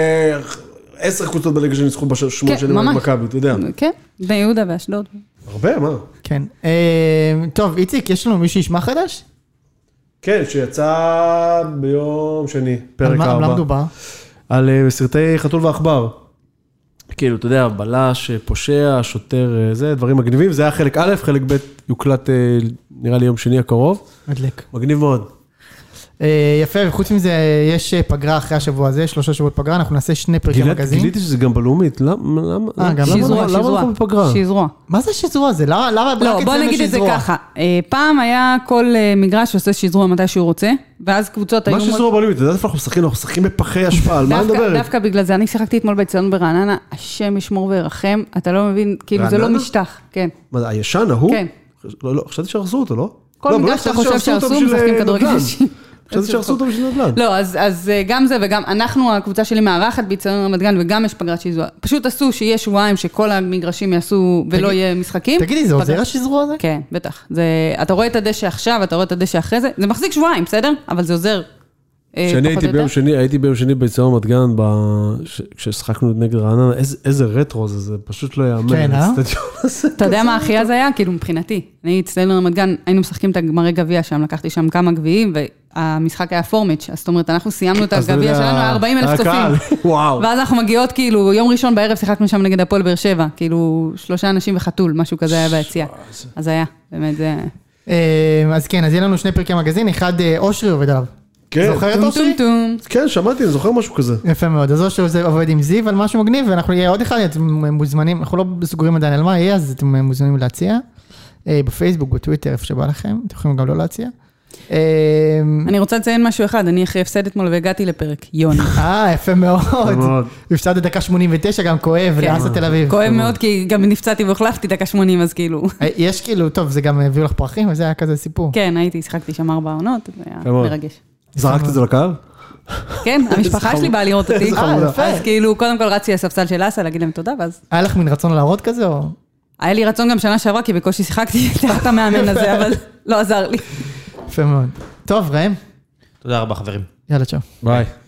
עשר קבוצות בליגה שניצחו בשמונה שנים האלה מכבי, אתה יודע. כן, בני יהודה ואשדוד. הרבה, מה? כן. טוב, איציק, יש לנו מישהו ישמע חדש? כן, שיצא ביום שני, פרק ארבע. על מה מדובר? על סרטי חתול ועכבר. כאילו, אתה יודע, בלש, פושע, שוטר, זה, דברים מגניבים. זה היה חלק א', חלק ב' יוקלט, נראה לי יום שני הקרוב. מדלק. מגניב מאוד. יפה, וחוץ מזה, יש פגרה אחרי השבוע הזה, שלושה שבועות פגרה, אנחנו נעשה שני פרקים מגזין. גיליתי שזה גם בלאומית, למה? שיזרוע, שיזרוע. שיזרוע. מה זה שיזרוע? זה למה? לא, בוא נגיד את זה ככה. פעם היה כל מגרש שעושה שיזרוע מתי שהוא רוצה, ואז קבוצות היו... מה שיזרוע בלאומית? אתה יודע איפה אנחנו משחקים? אנחנו משחקים בפחי השפעה, מה נדבר? דווקא בגלל זה, אני שיחקתי אתמול באצטדיון ברעננה, השם ישמור וירחם, אתה לא מבין, כאילו זה לא משטח, כן. מה זה, הישן, ההוא? כן. לא, לא, חשבתי שהרסו אותו, לא? כל מגרש שאתה חושב שהרסו, משחקים כדורגל. חשבתי שהרסו אותו בשביל נדל"ן. לא, אז גם זה, וגם אנחנו, הקבוצה שלי מארחת באצטדיון רמת גן, וגם יש פגרת שיזרוע. פשוט עשו שיהיה שבועיים שכל המגרשים יעשו ולא יהיה משחקים. תגידי, זה עוזר השיזרוע הזה? כן, בטח. אתה רואה את הדשא עכשיו, אתה רואה את הדשא אחרי זה, זה מחזיק שבועיים, בסדר? אבל זה עוזר. כשאני הייתי ביום שני, הייתי ביום שני באצטדיון רמת גן, כששחקנו נגד רעננה, איזה רטרו זה, זה פשוט לא יאמן. כן, אה? אתה יודע מה הכי אז היה? כאילו מבחינתי. אני אצטדיון רמת גן, היינו משחקים את הגמרי גביע שם, לקחתי שם כמה גביעים, והמשחק היה פורמיץ', אז זאת אומרת, אנחנו סיימנו את הגביע שלנו, ארבעים אלף צופים. ואז אנחנו מגיעות, כאילו, יום ראשון בערב שיחקנו שם נגד הפועל באר שבע, כאילו, שלושה אנשים וחתול, משהו כזה היה ביציאה. אז היה, באמת זה... אז כן, אז יהיה לנו שני פרקי מגזין, אחד אושרי עובד עליו. כן, זוכר את אושרי? כן, שמעתי, אני זוכר משהו כזה. יפה מאוד, אז אושרי עובד עם זיו על משהו מגניב, ואנחנו נהיה עוד אחד, אתם מוזמנים, אנחנו לא סגורים עדיין על מה יהיה, אז אתם מוזמנים להציע, בפייסבוק, בטוויטר, איפה שבא לכם, אתם יכולים גם לא להציע. אני רוצה לציין משהו אחד, אני אחרי הפסד אתמול והגעתי לפרק, יוני. אה, יפה מאוד. הפסד דקה שמונים ותשע, גם כואב, לאסה תל אביב. כואב מאוד, כי גם נפצעתי והוחלפתי דקה שמונים, אז כאילו. יש כאילו, טוב, זה גם הביאו לך פרחים, וזה היה כזה סיפור. כן, הייתי, שחקתי שם ארבע עונות, זה היה מרגש. זרקת את זה לקהל? כן, המשפחה שלי באה לראות אותי. אז כאילו, קודם כל רצתי לספסל של אסה, להגיד להם תודה, ואז... היה לך מין רצון להראות כזה, או... היה לי רצון גם שנה שעברה, כי בקושי שיחקתי תחת המאמן הזה, אבל לא עזר לי. יפה מאוד. טוב, ראם. תודה רבה, חברים. יאללה, צ'או. ביי.